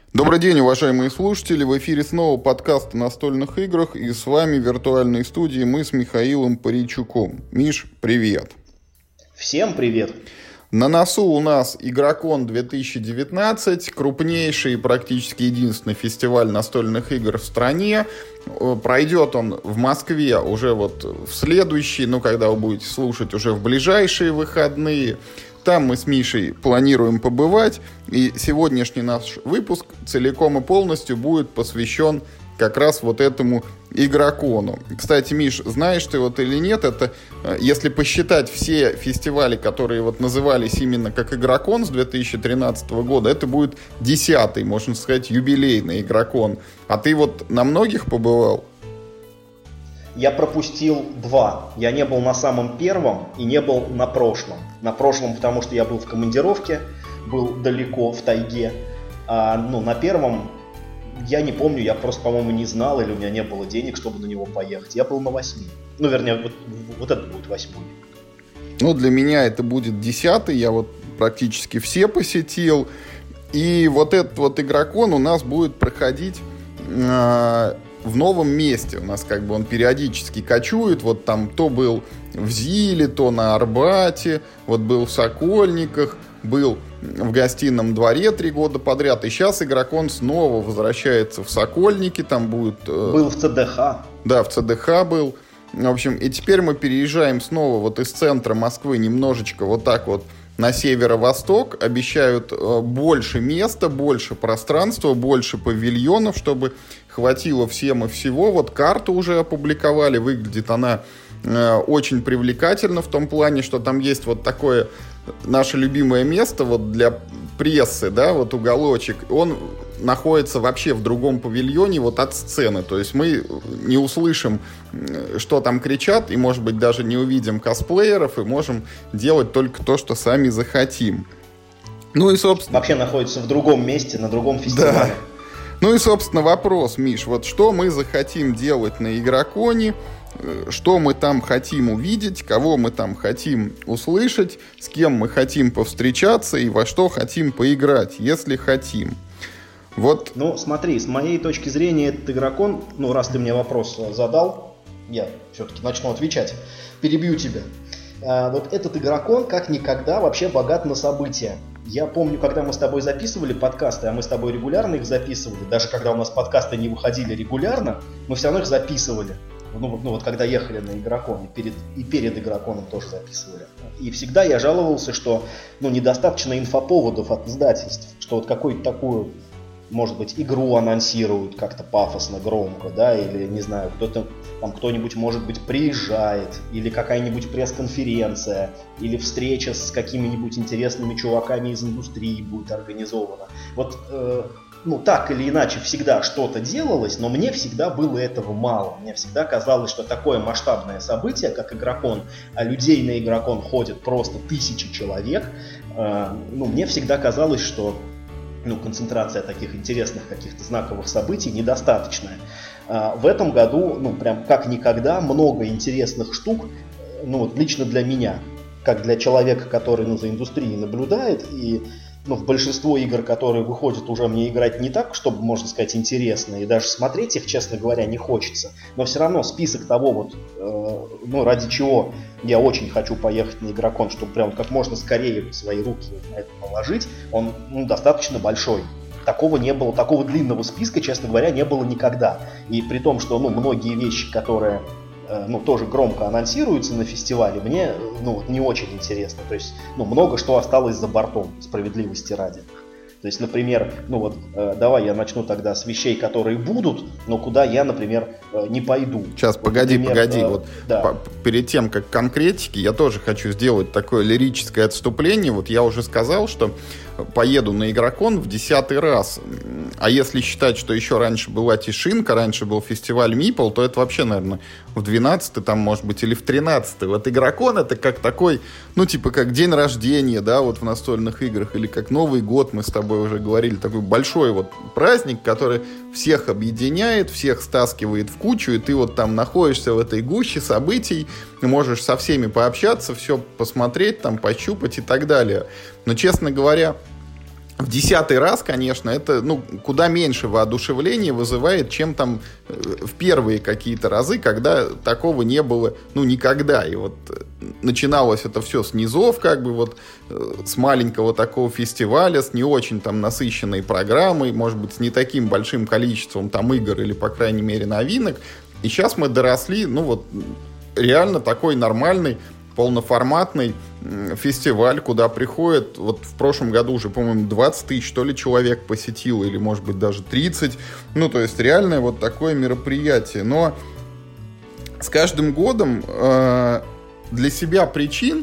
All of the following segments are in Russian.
Добрый день, уважаемые слушатели. В эфире снова подкаст о настольных играх. И с вами в виртуальной студии мы с Михаилом Паричуком. Миш, привет. Всем привет. На носу у нас Игрокон 2019, крупнейший и практически единственный фестиваль настольных игр в стране. Пройдет он в Москве уже вот в следующий, когда вы будете слушать, уже в ближайшие выходные. Там мы с Мишей планируем побывать, и сегодняшний наш выпуск целиком и полностью будет посвящен как раз вот этому Игрокону. Кстати, Миш, знаешь ты вот или нет, это если посчитать все фестивали, которые вот назывались именно как Игрокон с 2013 года, это будет 10-й, можно сказать, юбилейный Игрокон. А ты вот на многих побывал? Я пропустил 2. Я не был на самом первом и не был на прошлом. На прошлом, потому что я был в командировке, был далеко в тайге. А на первом я не помню, я просто, по-моему, не знал, или у меня не было денег, чтобы на него поехать. Я был на 8. Вернее, вот это будет 8. Для меня это будет 10-й, я вот практически все посетил. И вот этот вот Игрокон у нас будет проходить в новом месте. У нас он периодически кочует. Вот там то был в Зиле, то на Арбате, вот был в Сокольниках, был в Гостином дворе 3 года подряд. И сейчас Игрокон снова возвращается в Сокольники. Там будет... Был в ЦДХ. Да, в ЦДХ был. В общем, и теперь мы переезжаем снова вот из центра Москвы немножечко вот так вот на северо-восток. Обещают больше места, больше пространства, больше павильонов, чтобы хватило всем и всего. Вот карту уже опубликовали. Выглядит она очень привлекательно в том плане, что там есть вот такое наше любимое место вот для прессы, да, вот уголочек. Он находится вообще в другом павильоне вот от сцены. То есть мы не услышим, что там кричат, и, может быть, даже не увидим косплееров, и можем делать только то, что сами захотим. И, собственно... Вообще находится в другом месте, на другом фестивале. Да. И, собственно, вопрос, Миш, вот что мы захотим делать на Игроконе, что мы там хотим увидеть, кого мы там хотим услышать, с кем мы хотим повстречаться и во что хотим поиграть, если хотим. Вот. Смотри, с моей точки зрения этот Игрокон, раз ты мне вопрос задал, я все-таки начну отвечать, перебью тебя. Вот этот Игрокон как никогда вообще богат на события. Я помню, когда мы с тобой записывали подкасты, а мы с тобой регулярно их записывали, даже когда у нас подкасты не выходили регулярно, мы все равно их записывали. Когда ехали на Игрокон, и перед Игроконом тоже записывали. И всегда я жаловался, что недостаточно инфоповодов от издательств, что вот какую-то такую, может быть, игру анонсируют как-то пафосно, громко, да, или, не знаю, кто-нибудь, может быть, приезжает, или какая-нибудь пресс-конференция, или встреча с какими-нибудь интересными чуваками из индустрии будет организована. Так или иначе всегда что-то делалось, но мне всегда было этого мало. Мне всегда казалось, что такое масштабное событие, как Игрокон, а людей на Игрокон ходят просто 1000 человек, мне всегда казалось, что концентрация таких интересных каких-то знаковых событий недостаточная. В этом году, прям как никогда, много интересных штук, лично для меня, как для человека, который, за индустрией наблюдает, и в большинство игр, которые выходят, уже мне играть не так, чтобы, можно сказать, интересно, и даже смотреть их, честно говоря, не хочется. Но все равно список того, ради чего я очень хочу поехать на Игрокон, чтобы прям как можно скорее свои руки на это положить, он достаточно большой. Такого не было, такого длинного списка, честно говоря, не было никогда. И при том, что многие вещи, которые тоже громко анонсируются на фестивале, мне не очень интересно. То есть много что осталось за бортом, справедливости ради. То есть, например, давай я начну тогда с вещей, которые будут, но куда я, например, не пойду. Сейчас, погоди. Да. Перед тем, как конкретики, я тоже хочу сделать такое лирическое отступление. Вот я уже сказал, что поеду на Игрокон в 10-й раз. А если считать, что еще раньше была Тишинка, раньше был фестиваль Мипл, то это вообще, наверное, в 12-й, там, может быть, или в 13-й. Вот Игрокон — это как такой, как день рождения, да, вот в настольных играх, или как Новый год, мы с тобой уже говорили, такой большой вот праздник, который всех объединяет, всех стаскивает в кучу, и ты вот там находишься в этой гуще событий, можешь со всеми пообщаться, все посмотреть, там, пощупать и так далее. Но, честно говоря, в 10-й раз, конечно, это, куда меньше воодушевления вызывает, чем там в первые какие-то разы, когда такого не было, никогда. И вот начиналось это все с низов, как бы вот с маленького такого фестиваля, с не очень там насыщенной программой, может быть, с не таким большим количеством там игр или, по крайней мере, новинок. И сейчас мы доросли, реально такой нормальный, полноформатный фестиваль, куда приходит, вот в прошлом году уже, по-моему, 20 тысяч, что ли, человек посетило, или, может быть, даже 30. То есть, реальное вот такое мероприятие. Но с каждым годом для себя причин,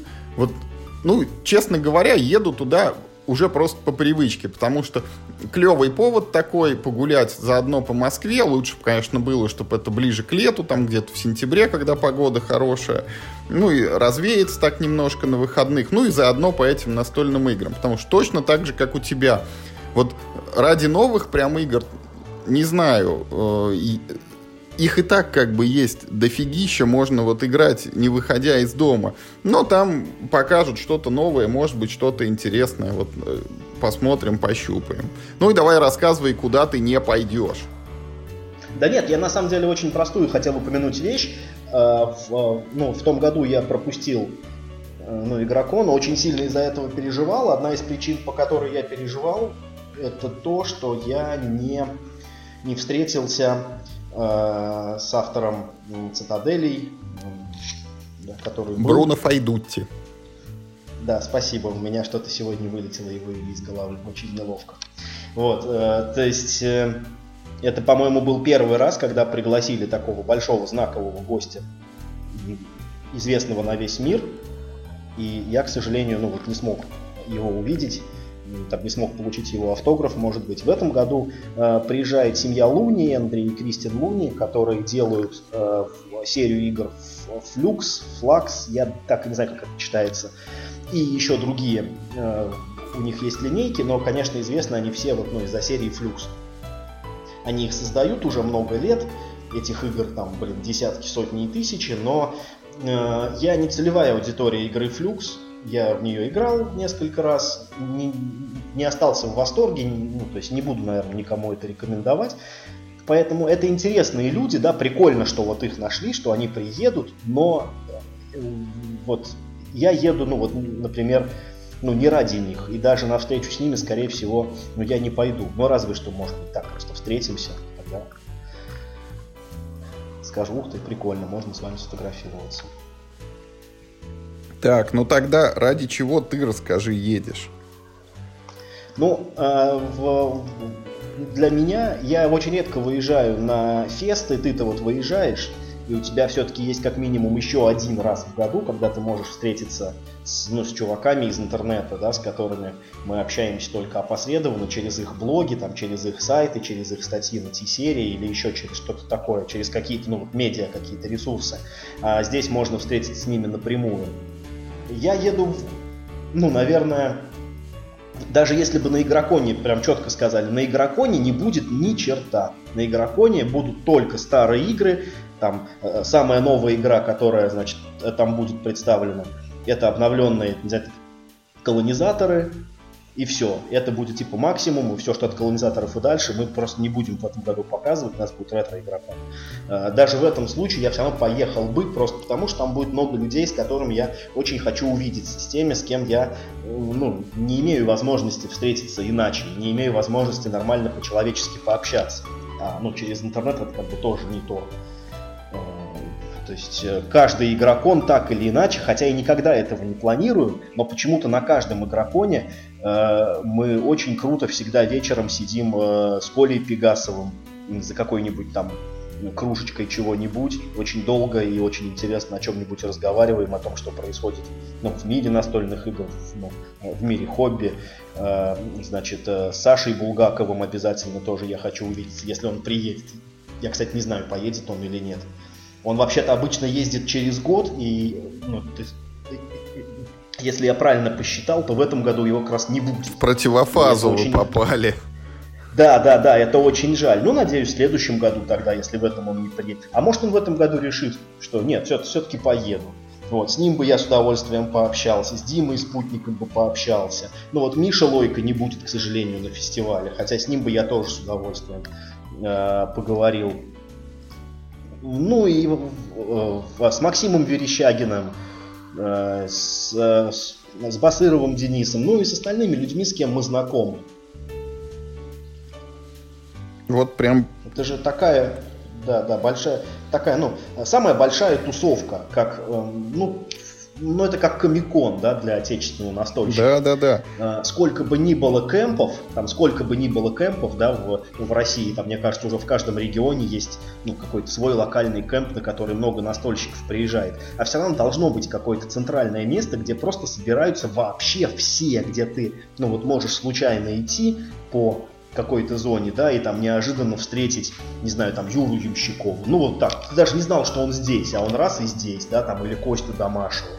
честно говоря, еду туда уже просто по привычке, потому что клевый повод такой, погулять заодно по Москве. Лучше бы, конечно, было, чтобы это ближе к лету, там где-то в сентябре, когда погода хорошая. И развеяться так немножко на выходных. И заодно по этим настольным играм. Потому что точно так же, как у тебя. Вот ради новых прям игр, не знаю, их и так как бы есть дофигища, можно вот играть, не выходя из дома. Но там покажут что-то новое, может быть, что-то интересное. Вот посмотрим, пощупаем. И давай рассказывай, куда ты не пойдешь. Да нет, я на самом деле очень простую хотел упомянуть вещь. В том году я пропустил Игрокон, очень сильно из-за этого переживал. Одна из причин, по которой я переживал, это то, что я не встретился с автором «Цитаделей», который был... Бруно Файдутти. Да, спасибо. У меня что-то сегодня вылетело и вывели из головы. Очень неловко. То есть, это, по-моему, был первый раз, когда пригласили такого большого знакового гостя, известного на весь мир. И я, к сожалению, не смог его увидеть. Не смог получить его автограф, может быть. В этом году приезжает семья Луни, Андрей и Кристин Луни, которые делают серию игр Flux, я так и не знаю, как это читается, и еще другие. У них есть линейки, но, конечно, известны они все из-за серии Flux. Они их создают уже много лет, этих игр там, десятки, сотни и тысячи, но я не целевая аудитория игры Flux. Я в нее играл несколько раз, не остался в восторге, то есть не буду, наверное, никому это рекомендовать. Поэтому это интересные люди, да, прикольно, что вот их нашли, что они приедут, но я еду, например, не ради них, и даже на встречу с ними, скорее всего, я не пойду. Разве что, может быть, так просто встретимся, тогда скажу, ух ты, прикольно, можно с вами сфотографироваться. Так, тогда ради чего ты, расскажи, едешь? Для меня, я очень редко выезжаю на фесты, ты-то выезжаешь, и у тебя все-таки есть как минимум еще один раз в году, когда ты можешь встретиться с чуваками из интернета, да, с которыми мы общаемся только опосредованно, через их блоги, через их сайты, через их статьи на T-серии или еще через что-то такое, через какие-то медиа, какие-то ресурсы. А здесь можно встретиться с ними напрямую. Я еду, наверное, даже если бы на Игроконе прям четко сказали, на Игроконе не будет ни черта. На Игроконе будут только старые игры. Там самая новая игра, которая, там будет представлена, это обновленные, колонизаторы. И все. Это будет максимум, и все, что от колонизаторов и дальше, мы просто не будем в этом году показывать, у нас будет ретро-игрокон. Даже в этом случае я все равно поехал бы, просто потому что там будет много людей, с которыми я очень хочу увидеться, с теми, с кем я не имею возможности встретиться иначе, не имею возможности нормально по-человечески пообщаться. Через интернет это тоже не то. То есть каждый игрокон так или иначе, хотя и никогда этого не планирую, но почему-то на каждом игроконе мы очень круто всегда вечером сидим с Колей Пегасовым за какой-нибудь там кружечкой чего-нибудь, очень долго и очень интересно о чем-нибудь разговариваем, о том, что происходит в мире настольных игр, в мире хобби. С Сашей Булгаковым обязательно тоже я хочу увидеться, если он приедет. Я, кстати, не знаю, поедет он или нет. Он вообще-то обычно ездит через год, и если я правильно посчитал, то в этом году его как раз не будет. В противофазу вы попали. Да, это очень жаль. Надеюсь, в следующем году тогда, если в этом он не приедет. А может, он в этом году решит, что нет, все-таки поеду. Вот, с ним бы я с удовольствием пообщался, с Димой Спутником бы пообщался. Ну вот Миша Лойко не будет, к сожалению, на фестивале, хотя с ним бы я тоже с удовольствием поговорил. Ну и с Максимом Верещагиным, с Басыровым Денисом, ну и с остальными людьми, с кем мы знакомы. Вот прям... Это же такая, да, большая, такая, ну, самая большая тусовка, как, ну, это как Комик-кон, да, для отечественного настольщика. Да. Сколько бы ни было кемпов, да, в России, там, мне кажется, уже в каждом регионе есть, ну, какой-то свой локальный кемп, на который много настольщиков приезжает. А все равно должно быть какое-то центральное место, где просто собираются вообще все, где ты, ну, вот можешь случайно идти по какой-то зоне, да, и там неожиданно встретить, не знаю, там, Юру Ямщикова. Ну, вот так. Ты даже не знал, что он здесь, а он раз и здесь, да, там, или Костю Домашева.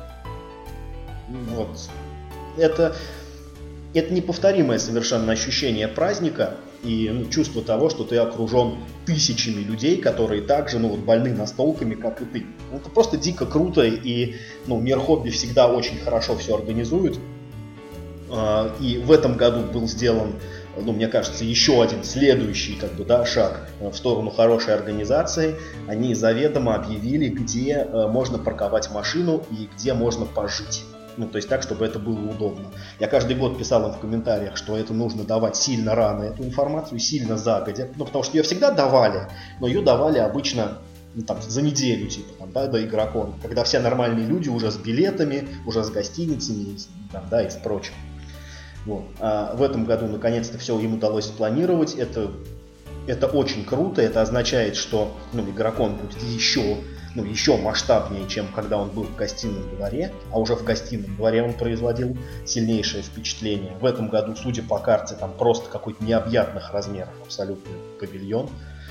Вот. Это неповторимое совершенно ощущение праздника и чувство того, что ты окружен тысячами людей, которые также, ну, вот, больны настолками, как и ты. Это просто дико круто, и, ну, Мир Хобби всегда очень хорошо все организует. И в этом году был сделан, ну, мне кажется, еще один следующий, как бы, да, шаг в сторону хорошей организации. Они заведомо объявили, где можно парковать машину и где можно пожить. Ну, то есть так, чтобы это было удобно. Я каждый год писал им в комментариях, что это нужно давать сильно рано, эту информацию, сильно загодя. Ну, потому что ее всегда давали, но ее давали обычно, ну, там, за неделю, типа, там, да, до Игрокона. Когда все нормальные люди уже с билетами, уже с гостиницами, там, да, и с прочим. Вот. А в этом году наконец-то все им удалось спланировать. Это очень круто. Это означает, что, ну, Игрокон будет еще масштабнее, чем когда он был в гостином дворе. А уже в гостином дворе он производил сильнейшее впечатление. В этом году, судя по карте, там просто какой-то необъятных размеров абсолютный павильон.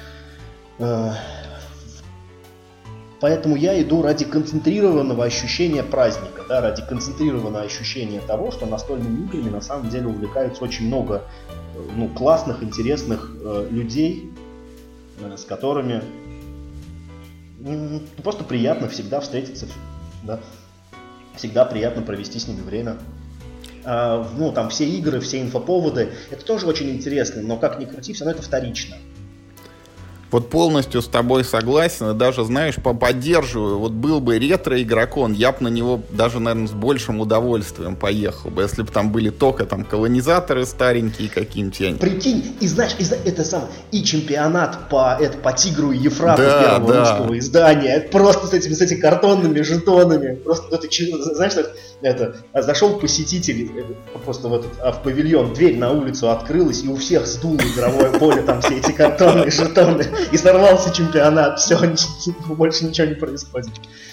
Поэтому я иду ради концентрированного ощущения праздника, да, ради концентрированного ощущения того, что настольными играми на самом деле увлекаются очень много, ну, классных, интересных людей, с которыми просто приятно всегда встретиться, да, всегда приятно провести с ними время. Ну, там все игры, все инфоповоды, это тоже очень интересно, но как ни крути, все равно это вторично. Вот полностью с тобой согласен, и даже, знаешь, поддерживаю. Вот был бы ретро-игрокон, я бы на него даже, наверное, с большим удовольствием поехал бы, если бы там были только там колонизаторы старенькие какие-нибудь. Прикинь, и знаешь, это самое, и чемпионат по Тигру и Ефрату первого русского издания, это просто с этими картонными жетонами, просто это, знаешь, это зашел посетитель просто в павильон, дверь на улицу открылась, и у всех сдуло игровое поле, там все эти картонные жетоны. И сорвался чемпионат, все, больше ничего не происходит.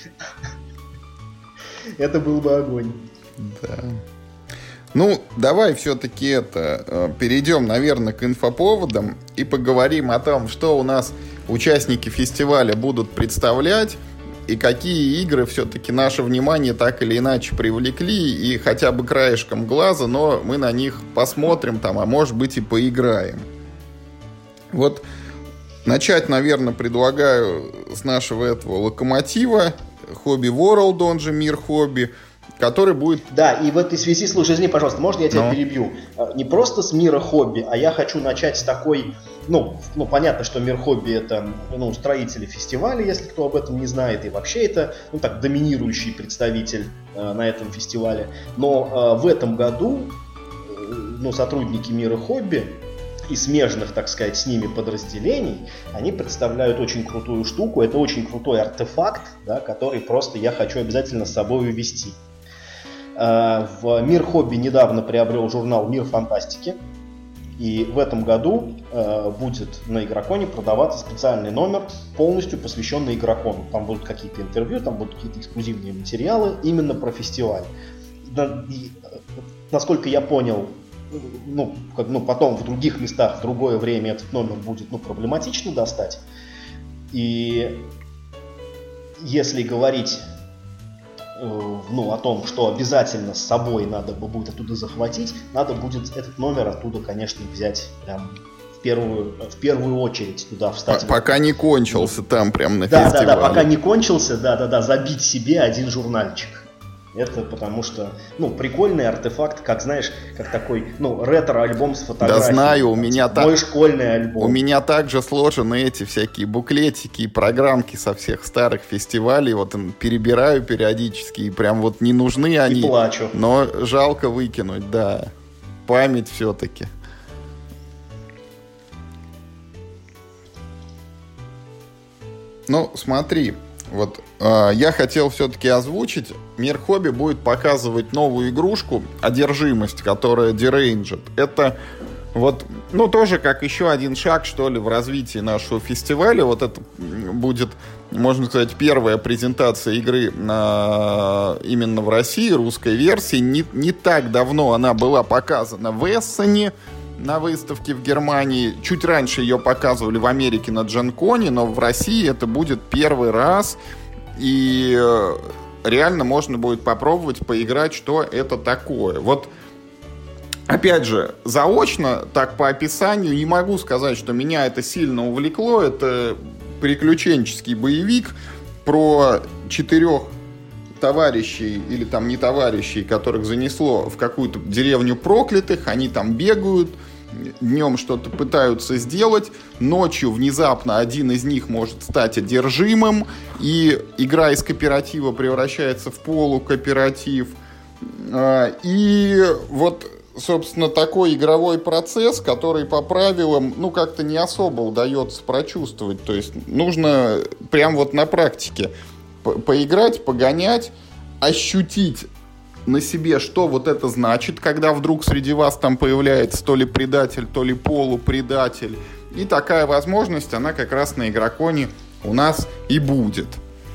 Это был бы огонь. Да. Ну, давай все-таки перейдем, наверное, к инфоповодам и поговорим о том, что у нас участники фестиваля будут представлять и какие игры все-таки наше внимание так или иначе привлекли, и хотя бы краешком глаза, но мы на них посмотрим там, а может быть и поиграем. Вот начать, наверное, предлагаю с нашего этого локомотива Hobby World, он же Мир Хобби, который будет... Да, и в этой связи, слушай, извини, пожалуйста, можно я тебя перебью? Не просто с Мира Хобби, а я хочу начать с такой... Ну, понятно, что Мир Хобби — это, ну, строители фестиваля, если кто об этом не знает, и вообще это, ну, так, доминирующий представитель на этом фестивале. Но в этом году, ну, сотрудники Мира Хобби и смежных, так сказать, с ними подразделений, они представляют очень крутую штуку. Это очень крутой артефакт, да, который просто я хочу обязательно с собой увезти. В Мир Хобби недавно приобрел журнал «Мир фантастики». И в этом году будет на Игроконе продаваться специальный номер, полностью посвященный Игрокону. Там будут какие-то интервью, там будут какие-то эксклюзивные материалы именно про фестиваль. И, насколько я понял, потом в других местах, в другое время этот номер будет, проблематично достать. И если говорить, о том, что обязательно с собой надо будет оттуда захватить, надо будет этот номер оттуда, конечно, взять прям первую очередь туда встать. Пока не кончился там прям на фестивале. Да, пока не кончился, забить себе один журнальчик. Это потому что, прикольный артефакт, как, знаешь, как такой, ретро-альбом с фотографией. Да знаю, у меня так... Мой школьный альбом. У меня также сложены эти всякие буклетики и программки со всех старых фестивалей. Вот перебираю периодически, и прям вот не нужны они. И плачу. Но жалко выкинуть, да. Память все-таки. Смотри, вот я хотел все-таки озвучить. Мир Хобби будет показывать новую игрушку «Одержимость», которая Deranged. Это вот, тоже как еще один шаг, что ли, в развитии нашего фестиваля. Вот это будет, можно сказать, первая презентация игры именно в России, русской версии. Не так давно она была показана в Эссене на выставке в Германии. Чуть раньше ее показывали в Америке на Джен-Коне, но в России это будет первый раз. И реально можно будет попробовать поиграть, что это такое. Вот, опять же, заочно, так по описанию, не могу сказать, что меня это сильно увлекло. Это приключенческий боевик про 4 товарищей, или там не товарищей, которых занесло в какую-то деревню проклятых. Они там бегают, днем что-то пытаются сделать, ночью внезапно один из них может стать одержимым, и игра из кооператива превращается в полукооператив. И вот, собственно, такой игровой процесс, который по правилам, как-то не особо удается прочувствовать. То есть нужно прям вот на практике поиграть, погонять, ощутить на себе, что вот это значит, когда вдруг среди вас там появляется то ли предатель, то ли полупредатель. И такая возможность, она как раз на Игроконе у нас и будет.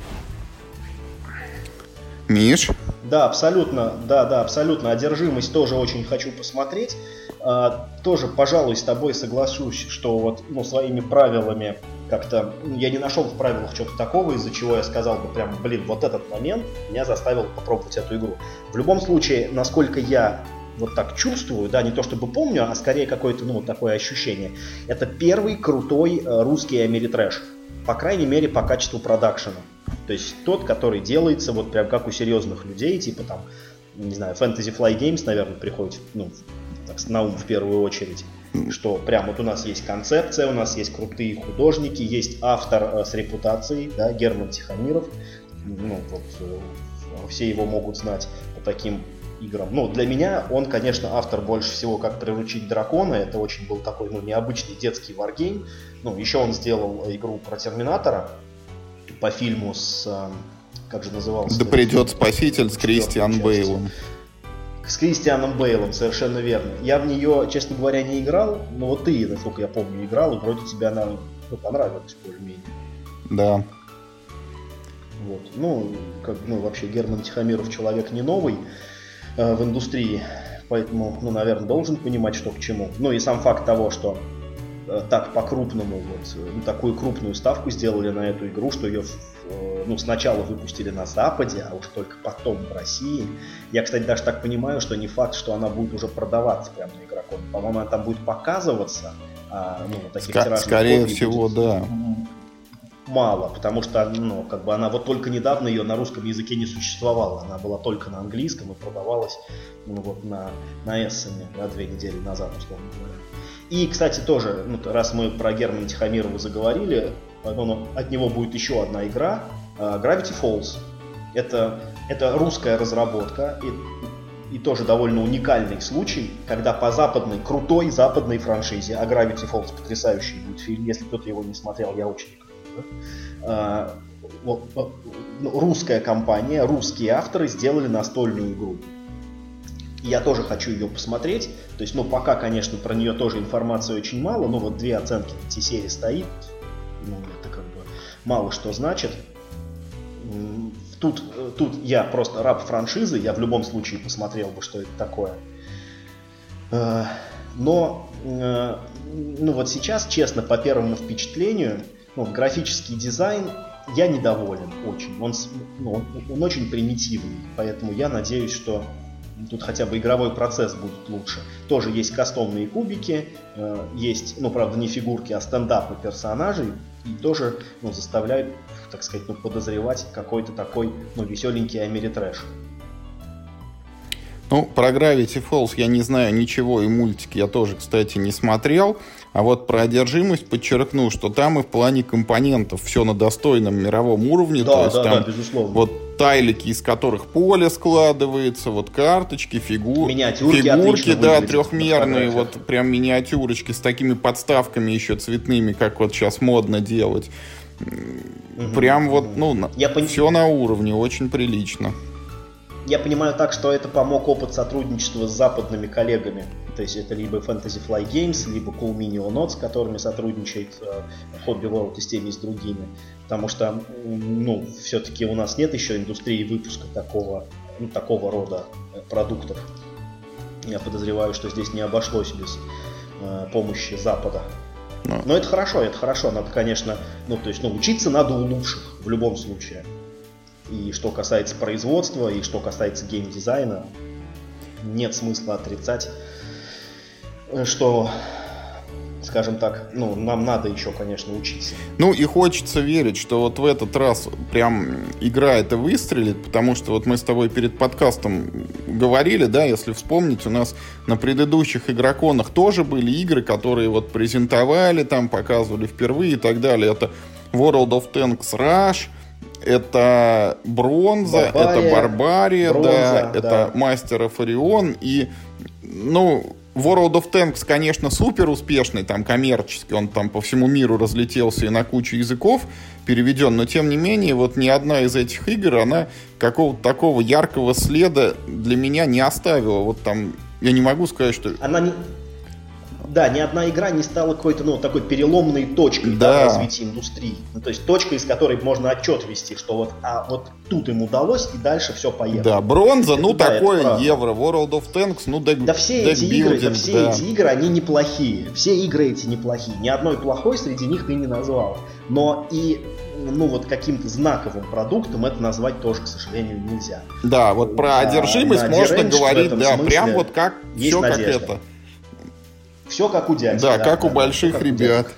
Миш? Да, абсолютно. Одержимость тоже очень хочу посмотреть. Тоже, пожалуй, с тобой соглашусь, что вот своими правилами как-то я не нашел в правилах чего-то такого, из-за чего я сказал бы прям, вот этот момент меня заставил попробовать эту игру. В любом случае, насколько я вот так чувствую, да, не то чтобы помню, а скорее какое-то, такое ощущение, это первый крутой русский америтрэш. По крайней мере, по качеству продакшена. То есть тот, который делается вот прям как у серьезных людей, типа там, не знаю, Fantasy Flight Games, наверное, приходит, на ум в первую очередь. Что прям вот у нас есть концепция, у нас есть крутые художники, есть автор с репутацией, да, Герман Тихомиров. Все его могут знать по таким играм. Для меня он, конечно, автор больше всего «Как приручить дракона». Это очень был такой, необычный детский варгейм. Еще он сделал игру про Терминатора по фильму с... Как же назывался? «Да придет спаситель» с Кристиан Бейлом. С Кристианом Бейлом, совершенно верно. Я в нее, честно говоря, не играл, но вот ты, насколько я помню, играл, и вроде тебе она понравилась более-менее. Да. Вот. Вообще Герман Тихомиров человек не новый в индустрии, поэтому, наверное, должен понимать, что к чему. И сам факт того, что так по-крупному, такую крупную ставку сделали на эту игру, что ее сначала выпустили на Западе, а уж только потом в России. Я, кстати, даже так понимаю, что не факт, что она будет уже продаваться прямо на Игроконе. По-моему, она там будет показываться, таких тиражных скорее всего, да. Мало, потому что она вот только недавно ее на русском языке не существовала. Она была только на английском и продавалась на Эссене 2 недели назад, условно говоря. И, кстати, тоже, раз мы про Германа Тихомирова заговорили, от него будет еще одна игра, Gravity Falls. Это русская разработка и тоже довольно уникальный случай, когда по крутой западной франшизе, а Gravity Falls потрясающий мультфильм, если кто-то его не смотрел, я очень рекомендую. Русская компания, русские авторы сделали настольную игру. Я тоже хочу ее посмотреть. То есть, пока, конечно, про нее тоже информации очень мало, но вот 2 оценки на T-серии стоит. Это как бы мало что значит. Тут я просто раб франшизы, я в любом случае посмотрел бы, что это такое. Но вот сейчас, честно, по первому впечатлению, графический дизайн я недоволен очень. Он очень примитивный, поэтому я надеюсь, что Тут хотя бы игровой процесс будет лучше. Тоже есть кастомные кубики, есть, ну, правда, не фигурки, а стендапы персонажей, и тоже, ну, заставляют, так сказать, ну, подозревать какой-то такой, ну, веселенький Америтрэш. Ну, про Gravity Falls я не знаю ничего, и мультики я тоже, кстати, не смотрел. А вот про одержимость подчеркну, что там и в плане компонентов все на достойном мировом уровне. Да, то есть там безусловно. Вот тайлики, из которых поле складывается, вот карточки, фигурки, да, трехмерные, вот прям миниатюрочки с такими подставками еще цветными, как вот сейчас модно делать. Прям вот, ну, все на уровне, очень прилично. Я понимаю так, что это помог опыт сотрудничества с западными коллегами. То есть это либо Fantasy Flight Games, либо Cool Mini Notes, с которыми сотрудничает Hobby World и с теми, и с другими. Потому что, ну, все-таки у нас нет еще индустрии выпуска такого рода продуктов. Я подозреваю, что здесь не обошлось без помощи Запада. Но это хорошо. Надо, конечно, учиться надо у лучших в любом случае. И что касается производства, и что касается геймдизайна, нет смысла отрицать, что, скажем так, нам надо еще, конечно, учиться. Ну и хочется верить, что вот в этот раз прям игра эта выстрелит, потому что вот мы с тобой перед подкастом говорили, да, если вспомнить, у нас на предыдущих игроконах тоже были игры, которые вот презентовали, там показывали впервые и так далее. Это World of Tanks Rush, это это Барбария, да, это Master of Orion. И, ну, World of Tanks, конечно, супер успешный, там, коммерчески, он там по всему миру разлетелся и на кучу языков переведен, но, тем не менее, вот ни одна из этих игр, она какого-то такого яркого следа для меня не оставила. Вот там, я не могу сказать, что... Да, ни одна игра не стала какой-то, такой переломной точкой в развитии индустрии. Ну, то есть точкой, из которой можно отчет вести, что вот тут им удалось, и дальше все поехало. Да, бронза, такое евро. World of Tanks, Да все эти игры, они неплохие. Все игры эти неплохие. Ни одной плохой среди них ты не назвал. Но и каким-то знаковым продуктом это назвать тоже, к сожалению, нельзя. Да, вот про одержимость можно говорить, да, прям вот как все как это. Все как у дяди. Да, как у больших ребят.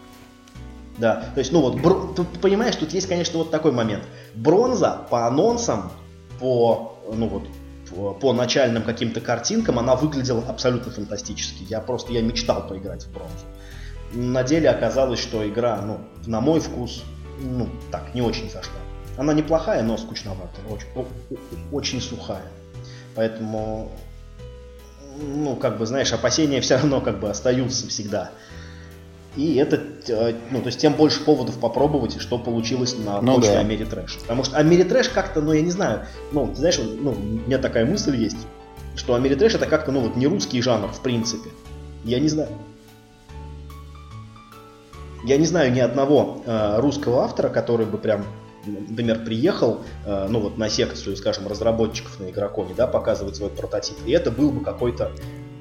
Да, то есть, ты понимаешь, тут есть, конечно, вот такой момент. Бронза по анонсам, по начальным каким-то картинкам, она выглядела абсолютно фантастически. Я мечтал поиграть в бронзу. На деле оказалось, что игра, на мой вкус, не очень зашла. Она неплохая, но скучноватая, очень сухая. Поэтому... опасения все равно остаются всегда. И это, то есть тем больше поводов попробовать, и что получилось на почве Америтрэш. Потому что Америтрэш как-то, я не знаю, у меня такая мысль есть, что Америтрэш это как-то, не русский жанр в принципе. Я не знаю ни одного русского автора, который бы прям, например, приехал, на секцию, скажем, разработчиков на Игроконе, да, показывать свой прототип, и это был бы какой-то,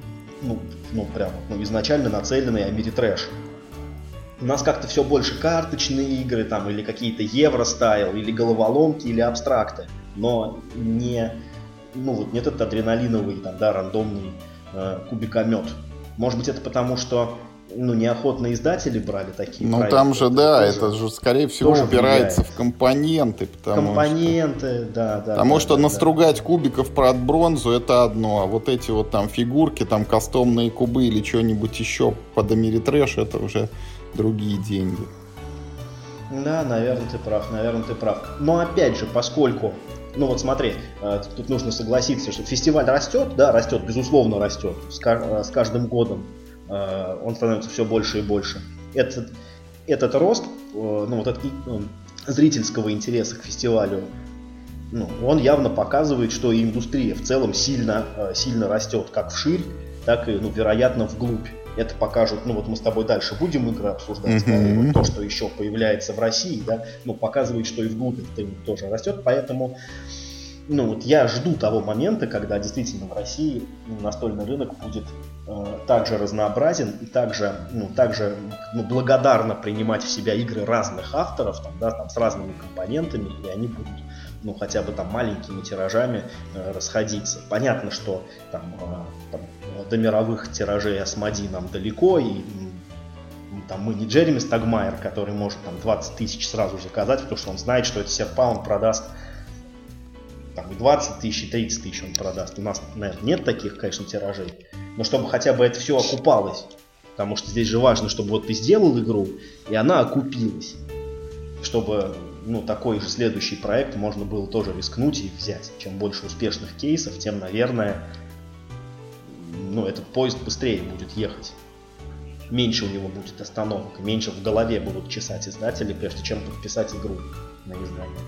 изначально нацеленный Америтрэш. У нас как-то все больше карточные игры, там, или какие-то евро-стайл, или головоломки, или абстракты, но не, нет этот адреналиновый, рандомный кубикомет. Может быть, это потому, что неохотно издатели брали такие проекты. Там же, это же, скорее всего, упирается в компоненты. Потому что настругать кубиков под бронзу — это одно, а вот эти вот там фигурки, там кастомные кубы или что-нибудь еще под Америтрэш — это уже другие деньги. Да, наверное, ты прав. Но опять же, поскольку, смотри, тут нужно согласиться, что фестиваль растет, безусловно растет с каждым годом. Он становится все больше и больше. Этот рост, зрительского интереса к фестивалю, он явно показывает, что и индустрия в целом сильно растет, как вширь, так и, вероятно, вглубь. Это покажут, мы с тобой дальше будем игры обсуждать, то, что еще появляется в России, да, показывает, что и вглубь это тоже растет, поэтому я жду того момента, когда действительно в России настольный рынок будет также разнообразен и также благодарно принимать в себя игры разных авторов, с разными компонентами, и они будут ну, хотя бы там маленькими тиражами расходиться. Понятно, что там до мировых тиражей Асмодей нам далеко, и там мы не Джереми Стагмайер, который может там 20 тысяч сразу заказать, потому что он знает, что это серпа он продаст там и 20 тысяч, и 30 тысяч он продаст. У нас, наверное, нет таких, конечно, тиражей, но чтобы хотя бы это все окупалось, потому что здесь же важно, чтобы вот ты сделал игру, и она окупилась, чтобы, ну, такой же следующий проект можно было тоже рискнуть и взять. Чем больше успешных кейсов, тем, наверное, ну, этот поезд быстрее будет ехать. Меньше у него будет остановок, меньше в голове будут чесать издатели, прежде чем подписать игру на издание.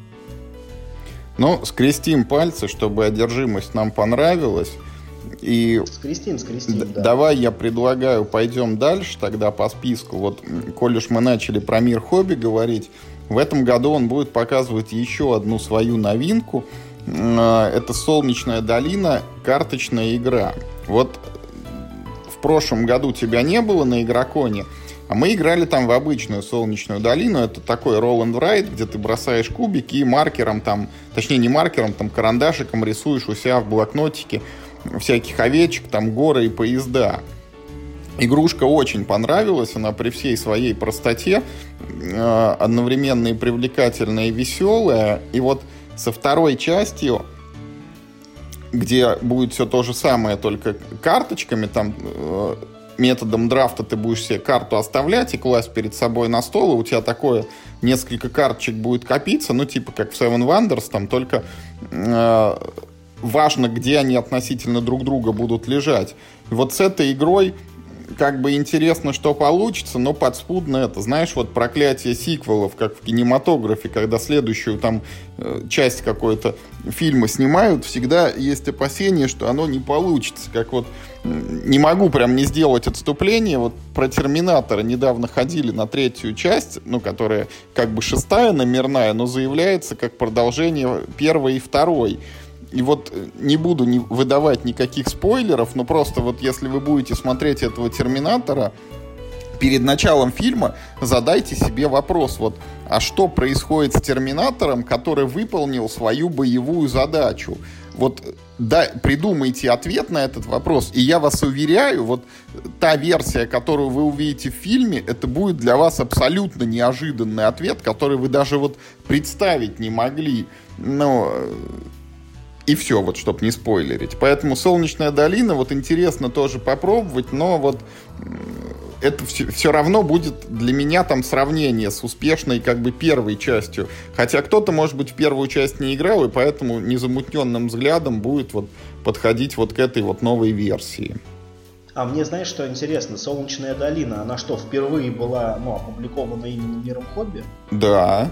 Ну, скрестим пальцы, чтобы одержимость нам понравилась. И скрестим, да. Давай я предлагаю, пойдем дальше тогда по списку. Вот, коль уж мы начали про мир хобби говорить, в этом году он будет показывать еще одну свою новинку. Это «Солнечная долина», карточная игра. Вот в прошлом году тебя не было на Игроконе, а мы играли там в обычную «Солнечную долину». Это такой roll and write, где ты бросаешь кубики и маркером там, точнее не маркером, там карандашиком рисуешь у себя в блокнотике всяких овечек, там горы и поезда. Игрушка очень понравилась, она при всей своей простоте одновременно и привлекательная, и веселая. И вот со второй частью, где будет все то же самое, только карточками, там методом драфта ты будешь себе карту оставлять и класть перед собой на стол, и у тебя такое несколько карточек будет копиться, ну типа как в Seven Wonders, там только важно, где они относительно друг друга будут лежать. И вот с этой игрой как бы интересно, что получится, но подспудно это, знаешь, вот проклятие сиквелов, как в кинематографе, когда следующую там часть какой-то фильма снимают, всегда есть опасение, что оно не получится. Как вот не могу прям не сделать отступление, вот про «Терминатора» недавно ходили на третью часть, ну, которая как бы шестая номерная, но заявляется как продолжение первой и второй. И вот не буду выдавать никаких спойлеров, но просто вот если вы будете смотреть этого «Терминатора», перед началом фильма задайте себе вопрос, вот, а что происходит с «Терминатором», который выполнил свою боевую задачу? Вот, да, придумайте ответ на этот вопрос, и я вас уверяю, вот та версия, которую вы увидите в фильме, это будет для вас абсолютно неожиданный ответ, который вы даже вот представить не могли. Но... И все, вот, чтобы не спойлерить. Поэтому «Солнечная долина», вот интересно тоже попробовать, но вот это все равно будет для меня там сравнение с успешной как бы первой частью. Хотя кто-то, может быть, в первую часть не играл, и поэтому незамутненным взглядом будет вот подходить вот к этой вот новой версии. А мне, знаешь, что интересно? «Солнечная долина», она что, впервые была, ну, опубликована именно «Миром хобби»? Да.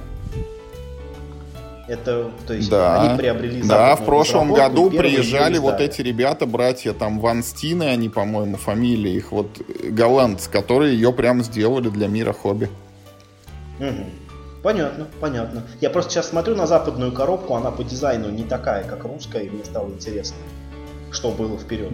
Это, то есть, да, они приобрели западную да, в прошлом году приезжали вот издали. эти ребята, братья, там, Ван Стины, они, по-моему, фамилии их, вот, голландцы, которые ее прям сделали для «Мира хобби». Угу. Понятно, понятно. Я просто сейчас смотрю на западную коробку, она по дизайну не такая, как русская, и мне стало интересно, что было вперед.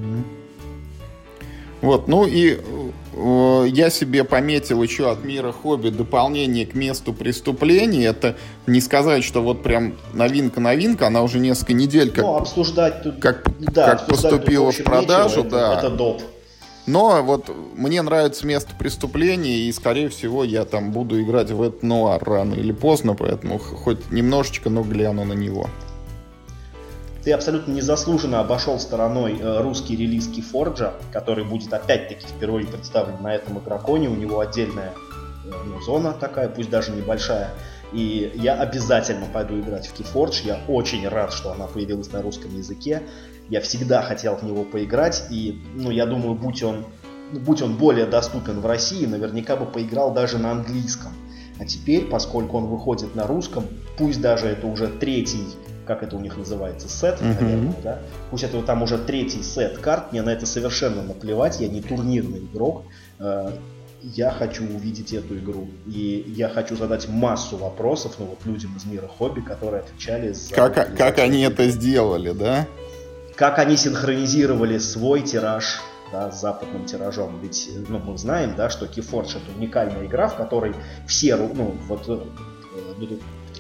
Вот, ну и я себе пометил еще от «Мира хобби» дополнение к «Месту преступления». Это не сказать, что вот прям новинка, она уже несколько недель как, обсуждать тут, как обсуждать поступила тут, в продажу. нечего, да. Это доп. Но вот мне нравится «Место преступления», и, скорее всего, я там буду играть в этот нуар рано или поздно, поэтому хоть немножечко, но гляну на него. Ты абсолютно незаслуженно обошел стороной русский релиз Keyforge, который будет опять-таки впервые представлен на этом Игроконе. У него отдельная зона такая, пусть даже небольшая. И я обязательно пойду играть в Keyforge. Я очень рад, что она появилась на русском языке. Я всегда хотел в него поиграть. И, я думаю, будь он более доступен в России, наверняка бы поиграл даже на английском. А теперь, поскольку он выходит на русском, пусть даже это уже третий, как это у них называется, сет, наверное, да? Пусть это там уже третий сет карт, мне на это совершенно наплевать, я не турнирный игрок, я хочу увидеть эту игру, и я хочу задать массу вопросов, людям из «Мира хобби», которые отвечали за... Как они это сделали, да? Как они синхронизировали свой тираж, да, с западным тиражом, ведь, мы знаем, да, что Keyforge — это уникальная игра, в которой все,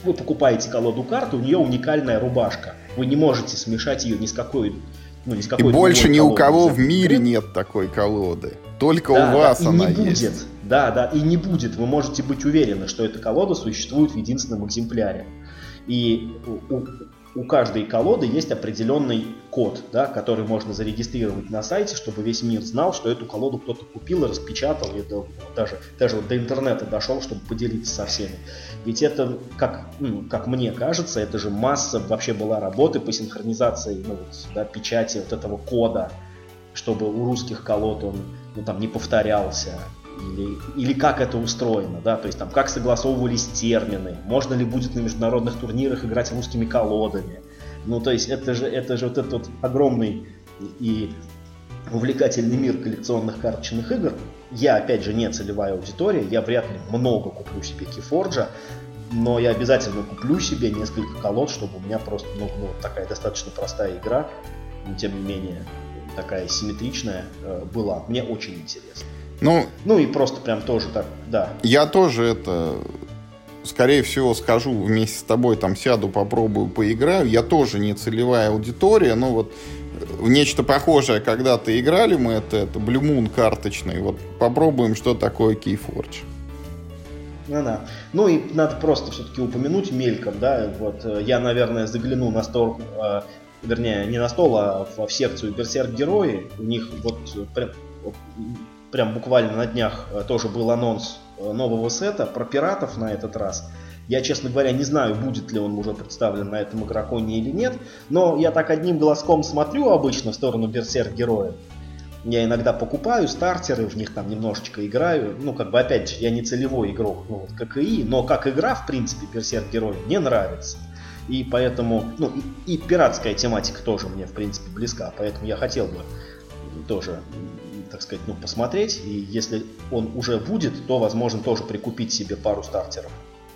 вы покупаете колоду карт, у нее уникальная рубашка. Вы не можете смешать ее ни с какой... Ну, ни с какой и больше ни у кого в мире игры. нет такой колоды. Только у вас она не есть. Будет. Да, и не будет. Вы можете быть уверены, что эта колода существует в единственном экземпляре. И у каждой колоды есть определенный код, да, который можно зарегистрировать на сайте, чтобы весь мир знал, что эту колоду кто-то купил и распечатал, и даже вот до интернета дошел, чтобы поделиться со всеми. Ведь это, как мне кажется, это же масса вообще была работы по синхронизации печати вот этого кода, чтобы у русских колод он не повторялся. Или как это устроено, да, то есть там как согласовывались термины, можно ли будет на международных турнирах играть русскими колодами. Ну, то есть это же вот этот вот огромный и увлекательный мир коллекционных карточных игр. Я, опять же, не целевая аудитория, я вряд ли много куплю себе Keyforge, но я обязательно куплю себе несколько колод, чтобы у меня просто такая достаточно простая игра, но тем не менее такая симметричная была. Мне очень интересно. Ну и просто прям тоже так, да. Я тоже скорее всего, схожу вместе с тобой, там сяду, попробую, поиграю. Я тоже не целевая аудитория, но вот в нечто похожее когда-то играли мы, это Blue Moon карточный. Вот попробуем, что такое Keyforge. Да. Ну и надо просто все-таки упомянуть мельком, да, вот я, наверное, загляну на стол, вернее, не на стол, а в секцию Берсерк Герои. У них вот прям буквально на днях тоже был анонс нового сета про пиратов на этот раз. Я, честно говоря, не знаю, будет ли он уже представлен на этом игроконе или нет, но я так одним глазком смотрю обычно в сторону Берсерк Героев. Я иногда покупаю стартеры, в них там немножечко играю. Опять же, я не целевой игрок, как ИИ, но как игра, в принципе, Берсерк Герои мне нравится. И поэтому, и пиратская тематика тоже мне, в принципе, близка, поэтому я хотел бы тоже, так сказать, посмотреть, и если он уже будет, то, возможно, тоже прикупить себе пару стартеров.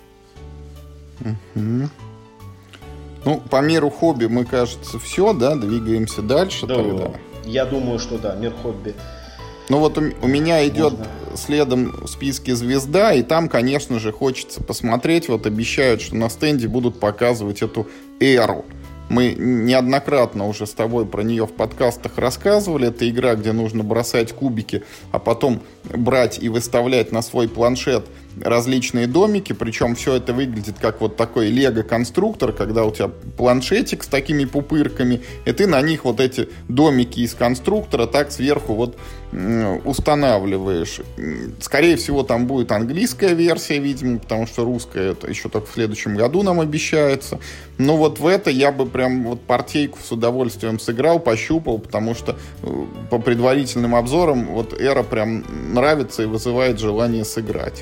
По миру хобби мы, кажется, все, да, двигаемся дальше тогда. Я думаю, что да, мир хобби. У меня идет следом в списке звезда, и там, конечно же, хочется посмотреть. Вот обещают, что на стенде будут показывать эту эру. Мы неоднократно уже с тобой про нее в подкастах рассказывали. Это игра, где нужно бросать кубики, а потом брать и выставлять на свой планшет различные домики. Причем все это выглядит как вот такой лего-конструктор, когда у тебя планшетик с такими пупырками, и ты на них вот эти домики из конструктора так сверху вот устанавливаешь. Скорее всего, там будет английская версия, видимо, потому что русская это еще только в следующем году нам обещается. Но вот в это я бы прям вот партейку с удовольствием сыграл, пощупал, потому что по предварительным обзорам вот эра прям нравится и вызывает желание сыграть.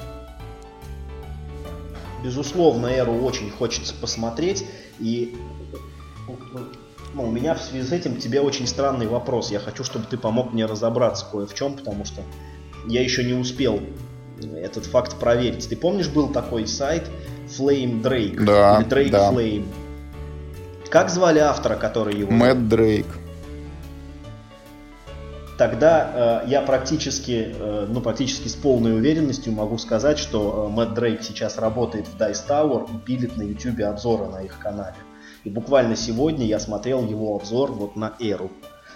Безусловно, эру очень хочется посмотреть, и у меня в связи с этим к тебе очень странный вопрос. Я хочу, чтобы ты помог мне разобраться кое в чем, потому что я еще не успел этот факт проверить. Ты помнишь, был такой сайт Flame Drake? Да, или Drake да. Flame? Как звали автора, который его... Мэтт Дрейк. Тогда я практически с полной уверенностью могу сказать, что Мэтт Дрейк сейчас работает в Dice Tower и пилит на YouTube обзоры на их канале. И буквально сегодня я смотрел его обзор вот на эру.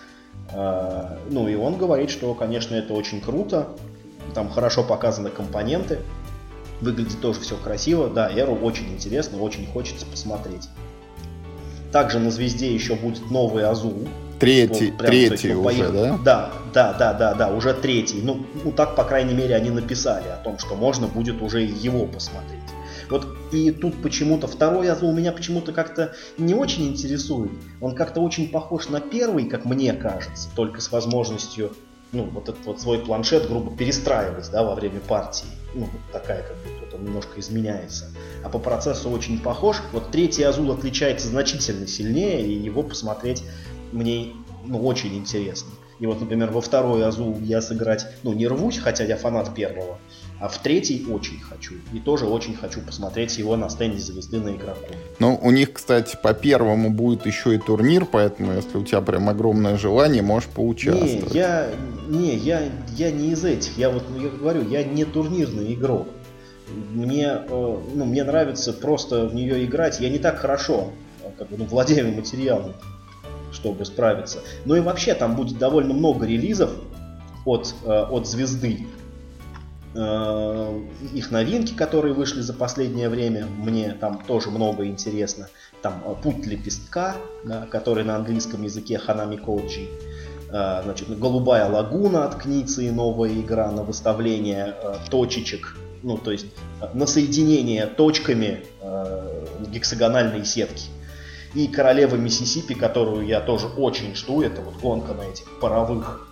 И он говорит, что, конечно, это очень круто. Там хорошо показаны компоненты. Выглядит тоже все красиво. Да, эру очень интересно, очень хочется посмотреть. Также на звезде еще будет новый Азул. Третий уже, да? Да, уже третий. Так, по крайней мере, они написали о том, что можно будет уже его посмотреть. Вот и тут почему-то второй Азул меня почему-то как-то не очень интересует. Он как-то очень похож на первый, как мне кажется, только с возможностью, вот этот вот свой планшет, грубо перестраивать, да, во время партии. Такая, как будто он немножко изменяется. А по процессу очень похож. Вот третий Азул отличается значительно сильнее, и его посмотреть мне очень интересно. И вот, например, во второй Азул я сыграть, не рвусь, хотя я фанат первого, а в третий очень хочу. И тоже очень хочу посмотреть его на стенде звезды на игроку. У них, кстати, по первому будет еще и турнир, поэтому, если у тебя прям огромное желание, можешь поучаствовать. Я не из этих. Я говорю, я не турнирный игрок. мне нравится просто в нее играть. Я не так хорошо владею материалом, чтобы справиться. Ну и вообще там будет довольно много релизов от Звезды. Их новинки, которые вышли за последнее время, мне там тоже много интересно. Там Путь лепестка, да, который на английском языке Ханами Коджи. Значит, Голубая лагуна от Кницы, новая игра на выставление точечек, ну то есть на соединение точками гексагональной сетки. И Королева Миссисипи, которую я тоже очень жду, это вот гонка на этих паровых,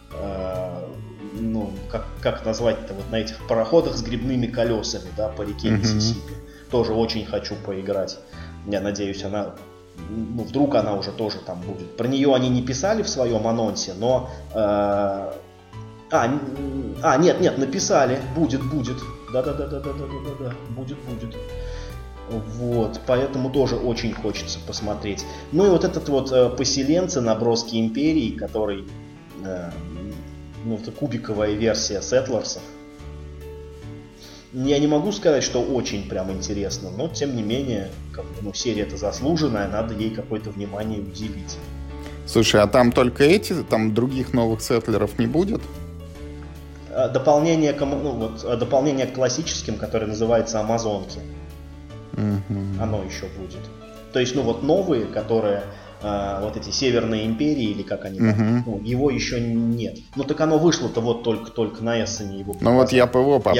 как назвать-то, вот на этих пароходах с грибными колесами, да, по реке Миссисипи. Тоже очень хочу поиграть. Я надеюсь, вдруг она уже тоже там будет. Про нее они не писали в своем анонсе, но... Нет, написали. Будет. Да, будет. Вот, поэтому тоже очень хочется посмотреть. Ну и вот этот вот Поселенцы, наброски Империи, который... это кубиковая версия Settlers. Я не могу сказать, что очень прям интересно, но тем не менее, серия-то заслуженная, надо ей какое-то внимание уделить. Слушай, а там только эти, там других новых сеттлеров не будет? Дополнение к классическим, которое называется Амазонки. Оно еще будет. То есть, новые, которые... вот эти Северные Империи, или как они там, его еще нет. Так оно вышло-то вот только на Эссене его. Вот я ПВО попробовал.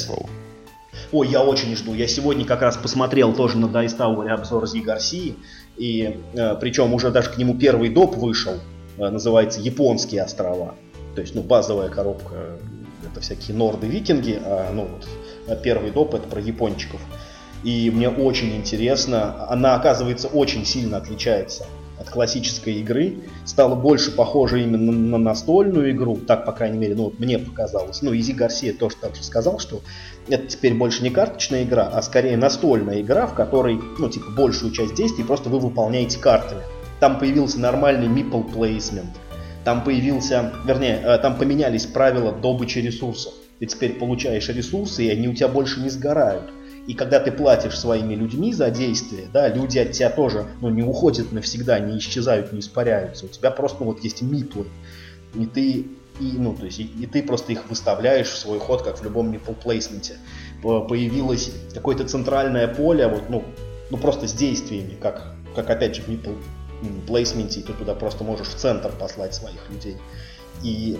Я очень жду. Я сегодня как раз посмотрел тоже на Dice Tower обзор Зи Гарсии, и причем уже даже к нему первый доп вышел, называется «Японские острова». То есть, базовая коробка, это всякие норды-викинги, а первый доп это про япончиков. И мне очень интересно, она, оказывается, очень сильно отличается от классической игры, стала больше похожа именно на настольную игру, так, по крайней мере, мне показалось. Изи Гарсия тоже так же сказал, что это теперь больше не карточная игра, а скорее настольная игра, в которой, большую часть действий просто вы выполняете картами. Там появился нормальный meeple placement, там поменялись правила добычи ресурсов. Ты теперь получаешь ресурсы, и они у тебя больше не сгорают. И когда ты платишь своими людьми за действие, да, люди от тебя тоже не уходят навсегда, не исчезают, не испаряются. У тебя просто есть миплы. И ты просто их выставляешь в свой ход, как в любом мипл-плейсменте. Появилось какое-то центральное поле, просто с действиями, как опять же в мипл-плейсменте, и ты туда просто можешь в центр послать своих людей. И,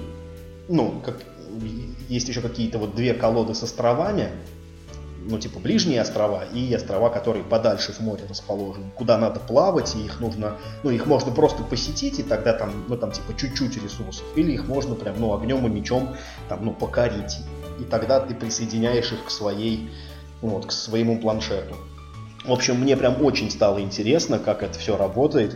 есть еще какие-то две колоды с островами, ближние острова и острова, которые подальше в море расположены, куда надо плавать, и их нужно, их можно просто посетить, и тогда там чуть-чуть ресурсов, или их можно прям, огнем и мечом покорить, и тогда ты присоединяешь их к своему планшету. В общем, мне прям очень стало интересно, как это все работает.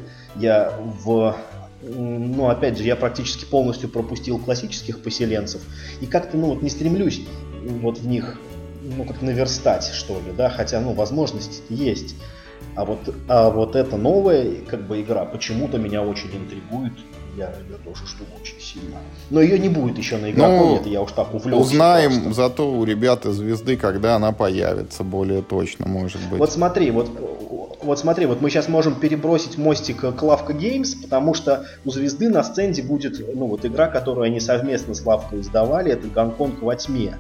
Опять же, я практически полностью пропустил классических поселенцев, и как-то, не стремлюсь в них как наверстать, что ли, да, хотя, возможности есть. А вот эта новая, игра почему-то меня очень интригует. Я тоже жду очень сильно. Но ее не будет еще на Игроконе, это я уж так увлекся. Узнаем просто. Зато у ребят из Звезды, когда она появится, более точно, может быть. Вот смотри, мы сейчас можем перебросить мостик к Лавка Геймс, потому что у Звезды на стенде будет, игра, которую они совместно с Лавкой издавали, это Гонконг во тьме.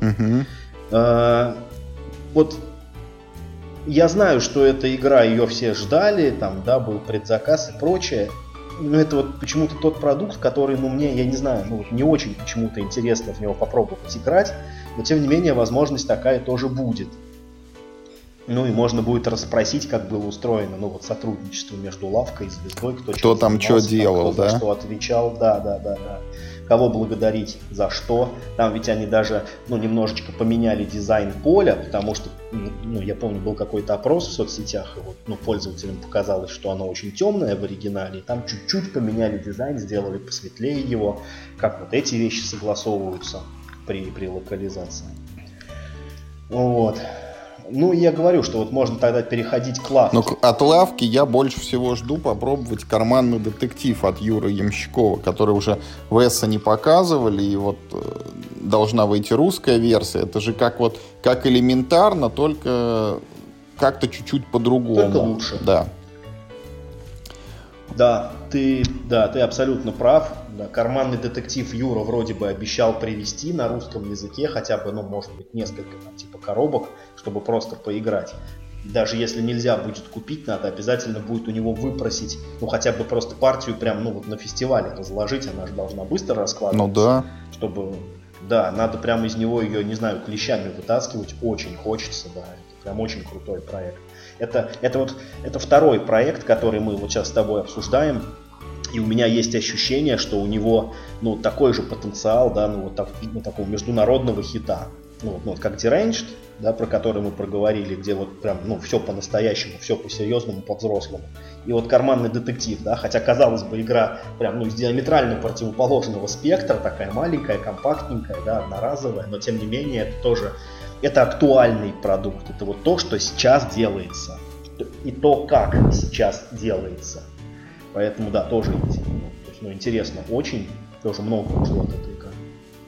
Я знаю, что эта игра, ее все ждали, там, да, был предзаказ и прочее, но это почему-то тот продукт, который, мне, я не знаю, не очень почему-то интересно в него попробовать играть, но тем не менее возможность такая тоже будет. И можно будет расспросить, как было устроено, сотрудничество между Лавкой и Звездой, кто там что делал, кто да? за что отвечал, да. Кого благодарить за что. Там ведь они даже немножечко поменяли дизайн поля, потому что, я помню, был какой-то опрос в соцсетях, и пользователям показалось, что оно очень темное в оригинале, и там чуть-чуть поменяли дизайн, сделали посветлее его, как эти вещи согласовываются при локализации. Вот. Ну, я говорю, что вот можно тогда переходить к лавке. Но от лавки я больше всего жду попробовать «Карманный детектив» от Юры Ямщикова, который уже в Эссене показывали, и вот должна выйти русская версия. Это же как элементарно, только как-то чуть-чуть по-другому. Только лучше. Да. Да, ты абсолютно прав. Да, «Карманный детектив» Юра вроде бы обещал привезти на русском языке хотя бы, может быть, несколько типа коробок, чтобы просто поиграть. Даже если нельзя будет купить, надо обязательно будет у него выпросить, хотя бы просто партию прям, на фестивале разложить, она же должна быстро раскладываться. Ну да. Чтобы, да, надо прямо из него ее, не знаю, клещами вытаскивать, очень хочется, да, это прям очень крутой проект. Это второй проект, который мы вот сейчас с тобой обсуждаем. И у меня есть ощущение, что у него такой же потенциал, да, такого международного хита. Как Deranged, да, про который мы проговорили, где вот прям все по-настоящему, все по-серьезному, по-взрослому. И вот «Карманный детектив», да, хотя, казалось бы, игра прям из диаметрально противоположного спектра, такая маленькая, компактненькая, да, одноразовая, но тем не менее это актуальный продукт, это вот то, что сейчас делается, и то, как сейчас делается. Поэтому, да, тоже интересно очень, тоже много ушло от этой игры.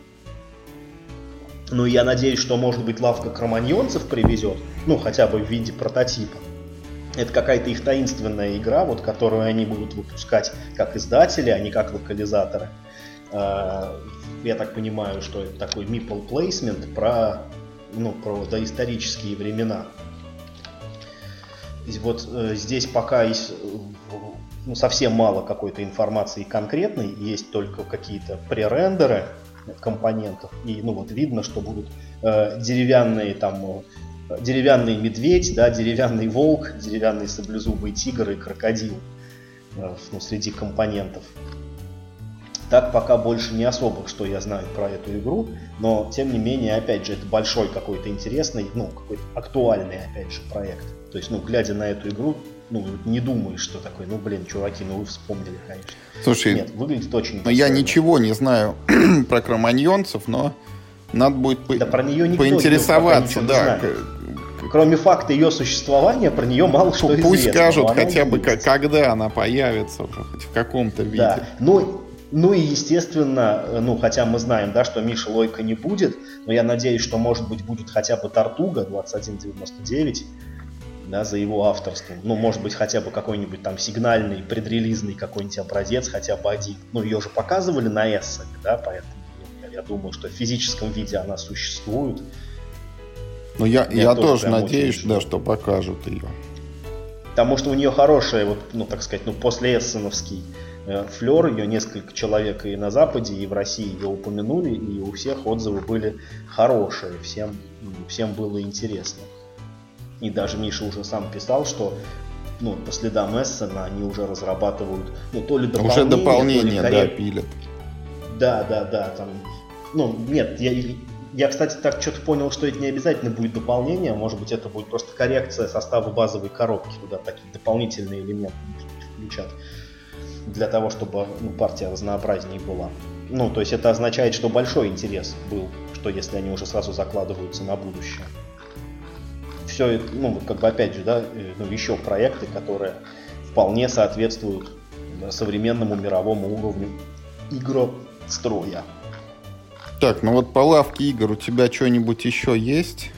И я надеюсь, что, может быть, лавка кроманьонцев привезет, хотя бы в виде прототипа. Это какая-то их таинственная игра, которую они будут выпускать как издатели, а не как локализаторы. Я так понимаю, что это такой meeple placement про доисторические времена. Вот здесь пока есть совсем мало какой-то информации конкретной, есть только какие-то пререндеры компонентов, и видно, что будут деревянный медведь, да, деревянный волк, деревянный саблезубый тигр и крокодил среди компонентов. Так пока больше не особо, что я знаю про эту игру, но тем не менее, опять же, это большой какой-то интересный, какой-то актуальный, опять же, проект. То есть, глядя на эту игру, не думаешь, что такой, чуваки, вы вспомнили, конечно. Слушай, нет, выглядит очень. Я ничего не знаю про кроманьонцев, но надо будет про нее поинтересоваться, да. Кроме факта ее существования, про нее мало что известно. Пусть скажут хотя бы, когда она появится уже, хоть в каком-то виде. Да. И естественно, хотя мы знаем, да, что Миша Лойко не будет, но я надеюсь, что, может быть, будет хотя бы Тартуга 2199, да, за его авторством. Может быть, хотя бы какой-нибудь там сигнальный, предрелизный какой-нибудь образец, хотя бы один. Ее же показывали на Эссене, да, поэтому я думаю, что в физическом виде она существует. Но я тоже надеюсь, да, что покажут ее. Потому что у нее хорошая, так сказать, после эссеновский флер, ее несколько человек и на Западе, и в России ее упомянули, и у всех отзывы были хорошие, всем было интересно. И даже Миша уже сам писал, что по следам Эссена они уже разрабатывают, то ли дополнение, уже дополнение, то ли да, пилят. Да, там, нет, я, кстати, так что-то понял, что это не обязательно будет дополнение, может быть, это будет просто коррекция состава базовой коробки, туда такие дополнительные элементы включат, для того, чтобы партия разнообразнее была. То есть это означает, что большой интерес был, что если они уже сразу закладываются на будущее. Все это, опять же, да, еще проекты, которые вполне соответствуют современному мировому уровню игростроя. Так, по лавке игр у тебя что-нибудь еще есть?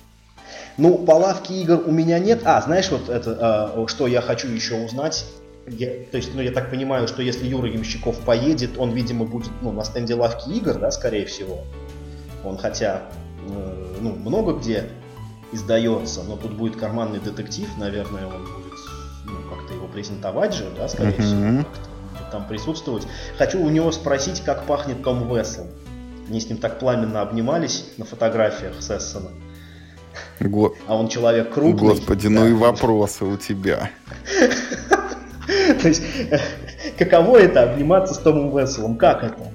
По лавке игр у меня нет. Знаешь, что я хочу еще узнать. Я так понимаю, что если Юра Ямщиков поедет, он, видимо, будет на стенде лавки игр, да, скорее всего. Он хотя, много где издается, но тут будет «Карманный детектив», наверное, он будет как-то его презентовать же, да, скорее всего, как-то будет там присутствовать. Хочу у него спросить, как пахнет Том Вессел. Они с ним так пламенно обнимались на фотографиях с Эссена. А он человек крупный. Господи, да, и вопросы у тебя. То есть, каково это обниматься с Томом Весселом? Как это?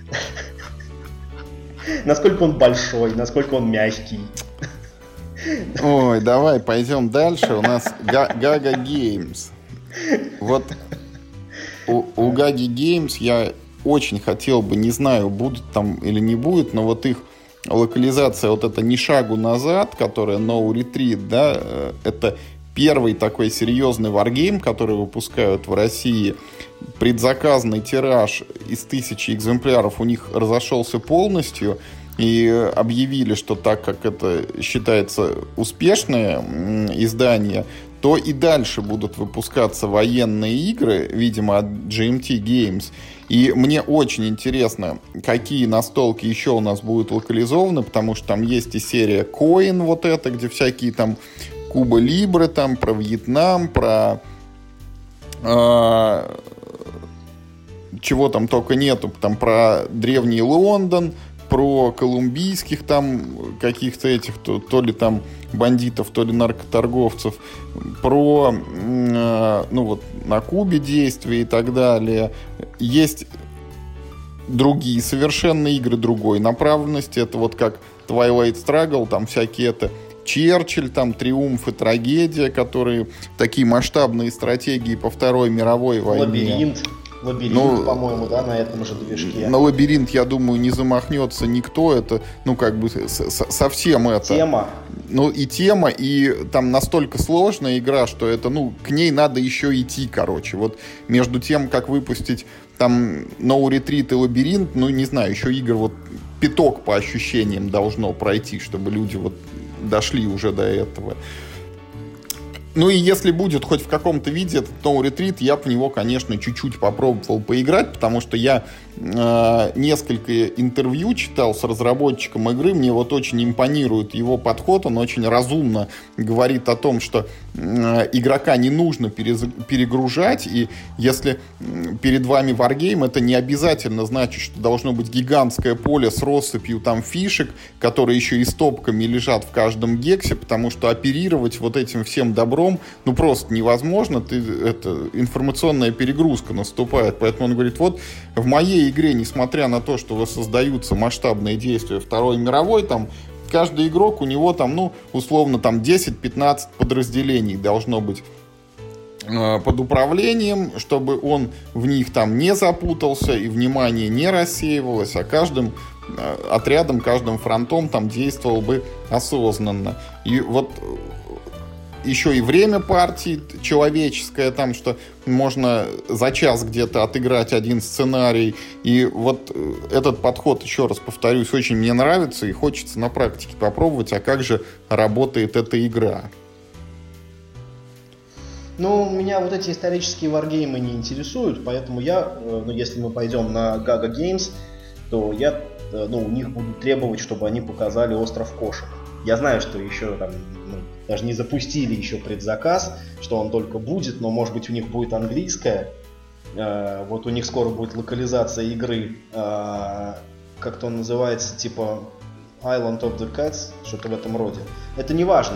Насколько он большой, насколько он мягкий. Ой, давай пойдем дальше. У нас Gaga Games. Вот у Gaga Games я очень хотел бы, не знаю, будут там или не будет, но их локализация вот эта «Ни шагу назад», которая No Retreat, да, это первый такой серьезный варгейм, который выпускают в России. Предзаказный тираж из 1000 экземпляров у них разошелся полностью, и объявили, что так как это считается успешное издание, то и дальше будут выпускаться военные игры, видимо, от GMT Games. И мне очень интересно, какие настолки еще у нас будут локализованы, потому что там есть и серия Coin, вот эта, где всякие там Куба Либры, там про Вьетнам, про чего там только нету, там про древний Лондон, про колумбийских там каких-то этих, то ли там бандитов, то ли наркоторговцев, про, ну вот, на Кубе действия и так далее. Есть другие совершенно игры другой направленности. Это вот как Twilight Struggle, там всякие это Черчилль, там Триумф и Трагедия, которые такие масштабные стратегии по Второй мировой войне. Лабиринт, по-моему, да, на этом же движке. На Лабиринт, я думаю, не замахнется никто. Это, ну, как бы совсем это... Тема. Ну, и тема, и там настолько сложная игра, что это, ну, к ней надо еще идти, короче. Вот между тем, как выпустить там No Retreat и Лабиринт, ну, не знаю, еще игр вот пяток по ощущениям должно пройти, чтобы люди вот дошли уже до этого. Ну и если будет хоть в каком-то виде этот No Retreat, я в него, конечно, чуть-чуть попробовал поиграть, потому что я несколько интервью читал с разработчиком игры, мне вот очень импонирует его подход, он очень разумно говорит о том, что игрока не нужно перегружать, и если перед вами варгейм, это не обязательно значит, что должно быть гигантское поле с россыпью там фишек, которые еще и стопками лежат в каждом гексе, потому что оперировать вот этим всем добром, ну просто невозможно, информационная перегрузка наступает, поэтому он говорит, вот в моей игре, несмотря на то, что воссоздаются масштабные действия Второй мировой, там каждый игрок, у него там, ну, условно, там 10-15 подразделений должно быть под управлением, чтобы он в них там не запутался и внимание не рассеивалось, а каждым отрядом, каждым фронтом там действовал бы осознанно. И вот еще и время партии человеческое, там, что можно за час где-то отыграть один сценарий. И вот этот подход, еще раз повторюсь, очень мне нравится и хочется на практике попробовать, а как же работает эта игра. Ну, меня вот эти исторические варгеймы не интересуют, поэтому я, ну, если мы пойдем на Gaga Games, то я, ну, у них буду требовать, чтобы они показали «Остров кошек». Я знаю, что еще там, ну, даже не запустили еще предзаказ, что он только будет, но, может быть, у них будет английская. Вот у них скоро будет локализация игры, как-то он называется, типа Island of the Cats, что-то в этом роде. Это не важно.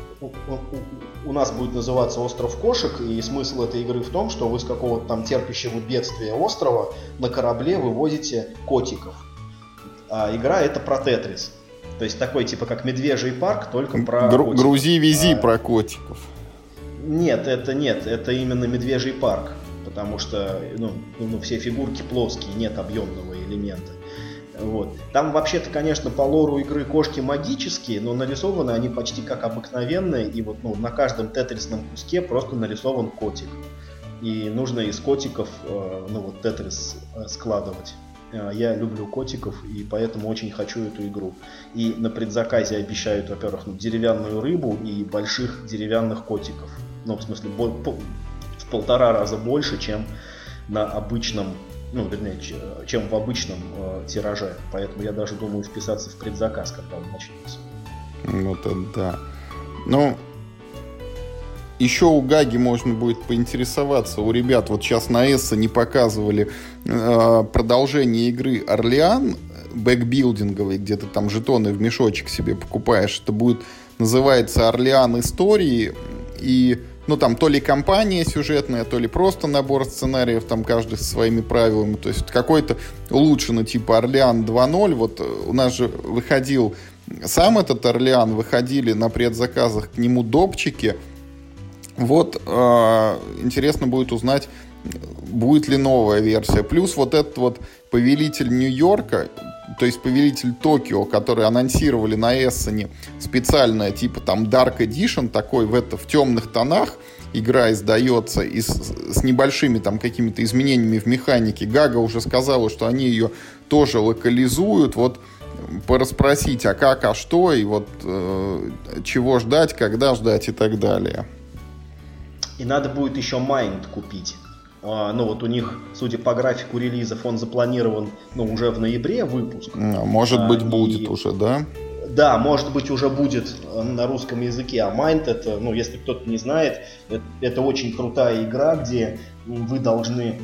У нас будет называться «Остров кошек», и смысл этой игры в том, что вы с какого-то там терпящего бедствия острова на корабле вывозите котиков. А игра это про Тетрис. То есть такой типа как «Медвежий парк», только про котиков. Грузи-вези про котиков. Нет, это именно «Медвежий парк», потому что ну, все фигурки плоские, нет объемного элемента. Вот. Там вообще-то, конечно, по лору игры кошки магические, но нарисованы они почти как обыкновенные, и вот ну, на каждом тетрисном куске просто нарисован котик. И нужно из котиков ну, вот, тетрис складывать. Я люблю котиков, и поэтому очень хочу эту игру. И на предзаказе обещают, во-первых, деревянную рыбу и больших деревянных котиков. Ну, в смысле, в 1,5 раза больше, чем на обычном, ну, вернее, чем в обычном тираже. Поэтому я даже думаю вписаться в предзаказ, когда он начнется. Вот это да. Ну, еще у Гаги можно будет поинтересоваться. У ребят вот сейчас на Эссе не показывали продолжение игры «Орлеан», бэкбилдинговый, где ты там жетоны в мешочек себе покупаешь. Это будет, называется «Орлеан истории». И, ну, там то ли кампания сюжетная, то ли просто набор сценариев, там каждый со своими правилами. То есть какой-то улучшенный типа «Орлеан 2.0». Вот у нас же выходил сам этот «Орлеан», выходили на предзаказах к нему допчики. Вот интересно будет узнать, будет ли новая версия. Плюс вот этот вот «Повелитель Нью-Йорка», то есть Повелитель Токио, который анонсировали на Эссене, специально типа там Dark Edition, такой в темных тонах, игра издается с небольшими там какими-то изменениями в механике. Гага уже сказала, что они ее тоже локализуют. Вот порасспросить, а как, а что, и вот чего ждать, когда ждать и так далее. И надо будет еще Mind купить. Ну вот у них, судя по графику релизов, он запланирован уже в ноябре выпуск. Может быть, будет уже, да? Да, может быть, уже будет на русском языке. А Mind это, если кто-то не знает, это очень крутая игра, где вы должны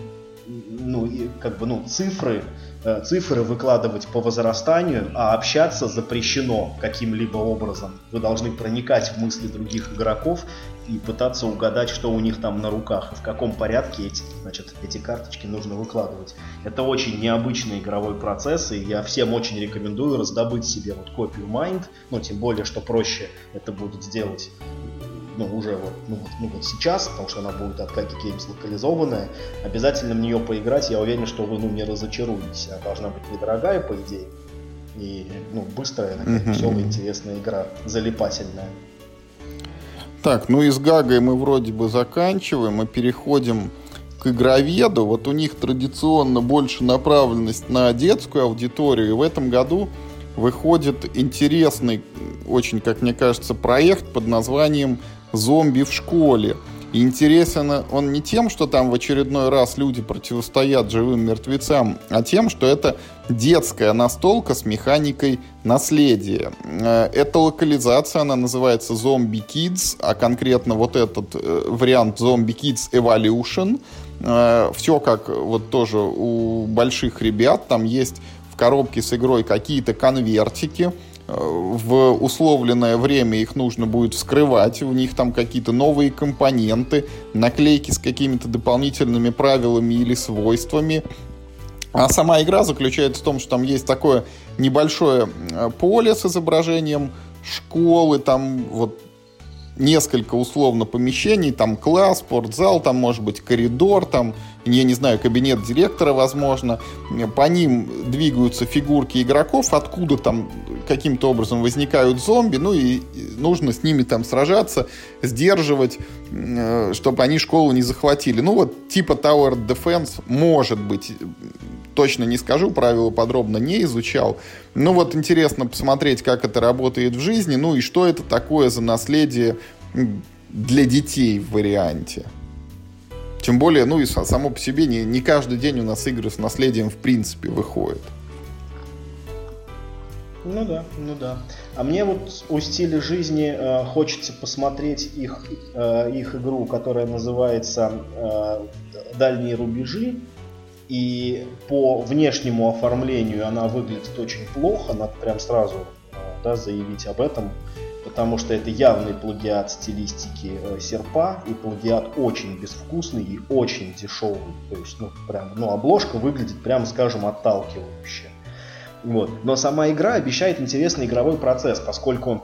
цифры выкладывать по возрастанию, а общаться запрещено каким-либо образом. Вы должны проникать в мысли других игроков и пытаться угадать, что у них там на руках, и в каком порядке эти карточки нужно выкладывать. Это очень необычный игровой процесс, и я всем очень рекомендую раздобыть себе копию Mind, тем более, что проще это будет сделать уже сейчас, потому что она будет от Kagi Games локализованная. Обязательно в нее поиграть, я уверен, что вы не разочаруетесь. Она должна быть недорогая, по идее, и быстрая, веселая, интересная игра, залипательная. Так, и с Гагой мы вроде бы заканчиваем и переходим к игроведу. Вот у них традиционно больше направленность на детскую аудиторию, и в этом году выходит интересный, очень, как мне кажется, проект под названием «Зомби в школе». И интересен он не тем, что там в очередной раз люди противостоят живым мертвецам, а тем, что это детская настолка с механикой наследия. Эта локализация, она называется Zombie Kids, а конкретно вот этот вариант Zombie Kids Evolution. Все как вот тоже у больших ребят, там есть в коробке с игрой какие-то конвертики. В условленное время их нужно будет вскрывать, у них там какие-то новые компоненты, наклейки с какими-то дополнительными правилами или свойствами. А сама игра заключается в том, что там есть такое небольшое поле с изображением школы, там вот несколько условно помещений, там класс, спортзал, там может быть коридор, там, я не знаю, кабинет директора, возможно. По ним двигаются фигурки игроков, откуда там каким-то образом возникают зомби, и нужно с ними там сражаться, сдерживать, чтобы они школу не захватили. Типа Tower Defense, может быть, точно не скажу, правила подробно не изучал. Интересно посмотреть, как это работает в жизни, и что это такое за наследие для детей в варианте. Тем более, и само по себе не каждый день у нас игры с наследием в принципе выходят. Ну да. А мне о стиле жизни хочется посмотреть их игру, которая называется «Дальние рубежи». И по внешнему оформлению она выглядит очень плохо, надо прям сразу заявить об этом, потому что это явный плагиат стилистики серпа, и плагиат очень безвкусный и очень дешевый. То есть, обложка выглядит, прямо скажем, отталкивающе. Но сама игра обещает интересный игровой процесс, поскольку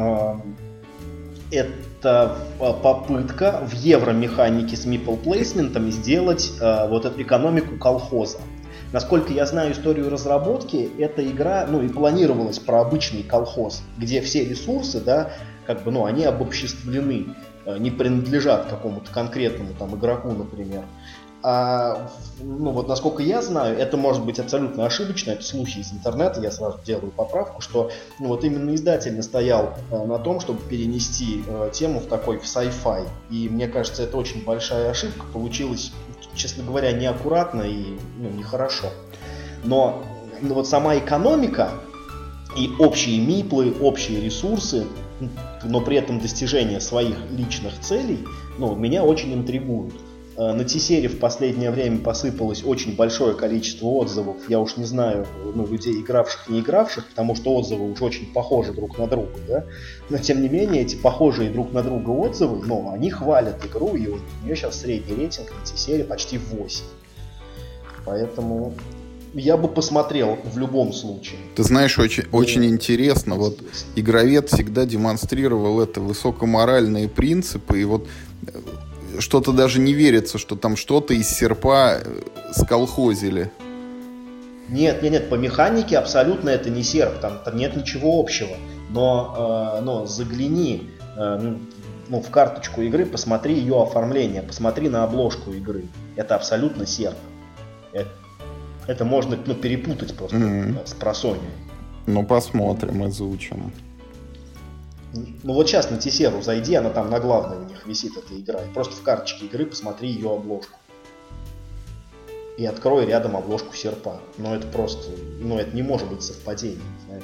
это попытка в евромеханике с мипл-плейсментом сделать эту экономику колхоза. Насколько я знаю историю разработки, эта игра, и планировалась про обычный колхоз, где все ресурсы, они обобществлены, не принадлежат какому-то конкретному игроку, например. Насколько я знаю, это может быть абсолютно ошибочно, это слухи из интернета, я сразу делаю поправку, что именно издатель настоял на том, чтобы перенести тему в sci-fi. И мне кажется, это очень большая ошибка, получилось, честно говоря, неаккуратно и нехорошо. Но сама экономика и общие миплы, общие ресурсы, но при этом достижение своих личных целей, меня очень интригуют. На Тесере в последнее время посыпалось очень большое количество отзывов. Я уж не знаю, людей, игравших и не игравших, потому что отзывы уж очень похожи друг на друга, да? Но тем не менее, эти похожие друг на друга отзывы, они хвалят игру, и у нее сейчас средний рейтинг на Тесере почти 8. Поэтому я бы посмотрел в любом случае. Ты знаешь, очень интересно. Игровед всегда демонстрировал это высокоморальные принципы, и что-то даже не верится, что там что-то из серпа сколхозили. Нет, по механике абсолютно это не серп, там нет ничего общего. Но загляни в карточку игры, посмотри ее оформление, посмотри на обложку игры. Это абсолютно серп. Это можно перепутать просто с просоньей. Посмотрим, изучим. Вот сейчас на Тесеру зайди, она там на главной у них висит, эта игра. И просто в карточке игры посмотри ее обложку. И открой рядом обложку серпа. Это просто, это не может быть совпадением, знаешь.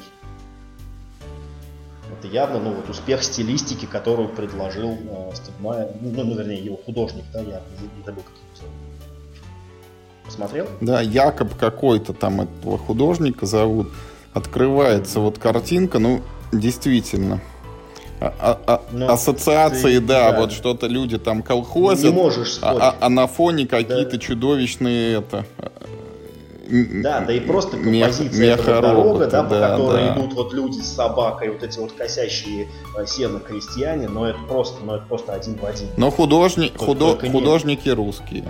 Это явно, успех стилистики, которую предложил Стигмайер, вернее, его художник, да, я не забыл, как его зовут. Посмотрел? Да, Якоб какой-то там этого художника зовут. Открывается картинка, действительно. Ассоциации, вот что-то люди там колхозят, не можешь спорить. А на фоне какие-то чудовищные Да, и просто композиция этого дорога, по которой идут люди с собакой, эти косящие сено крестьяне, но это просто один в один. Но художники русские.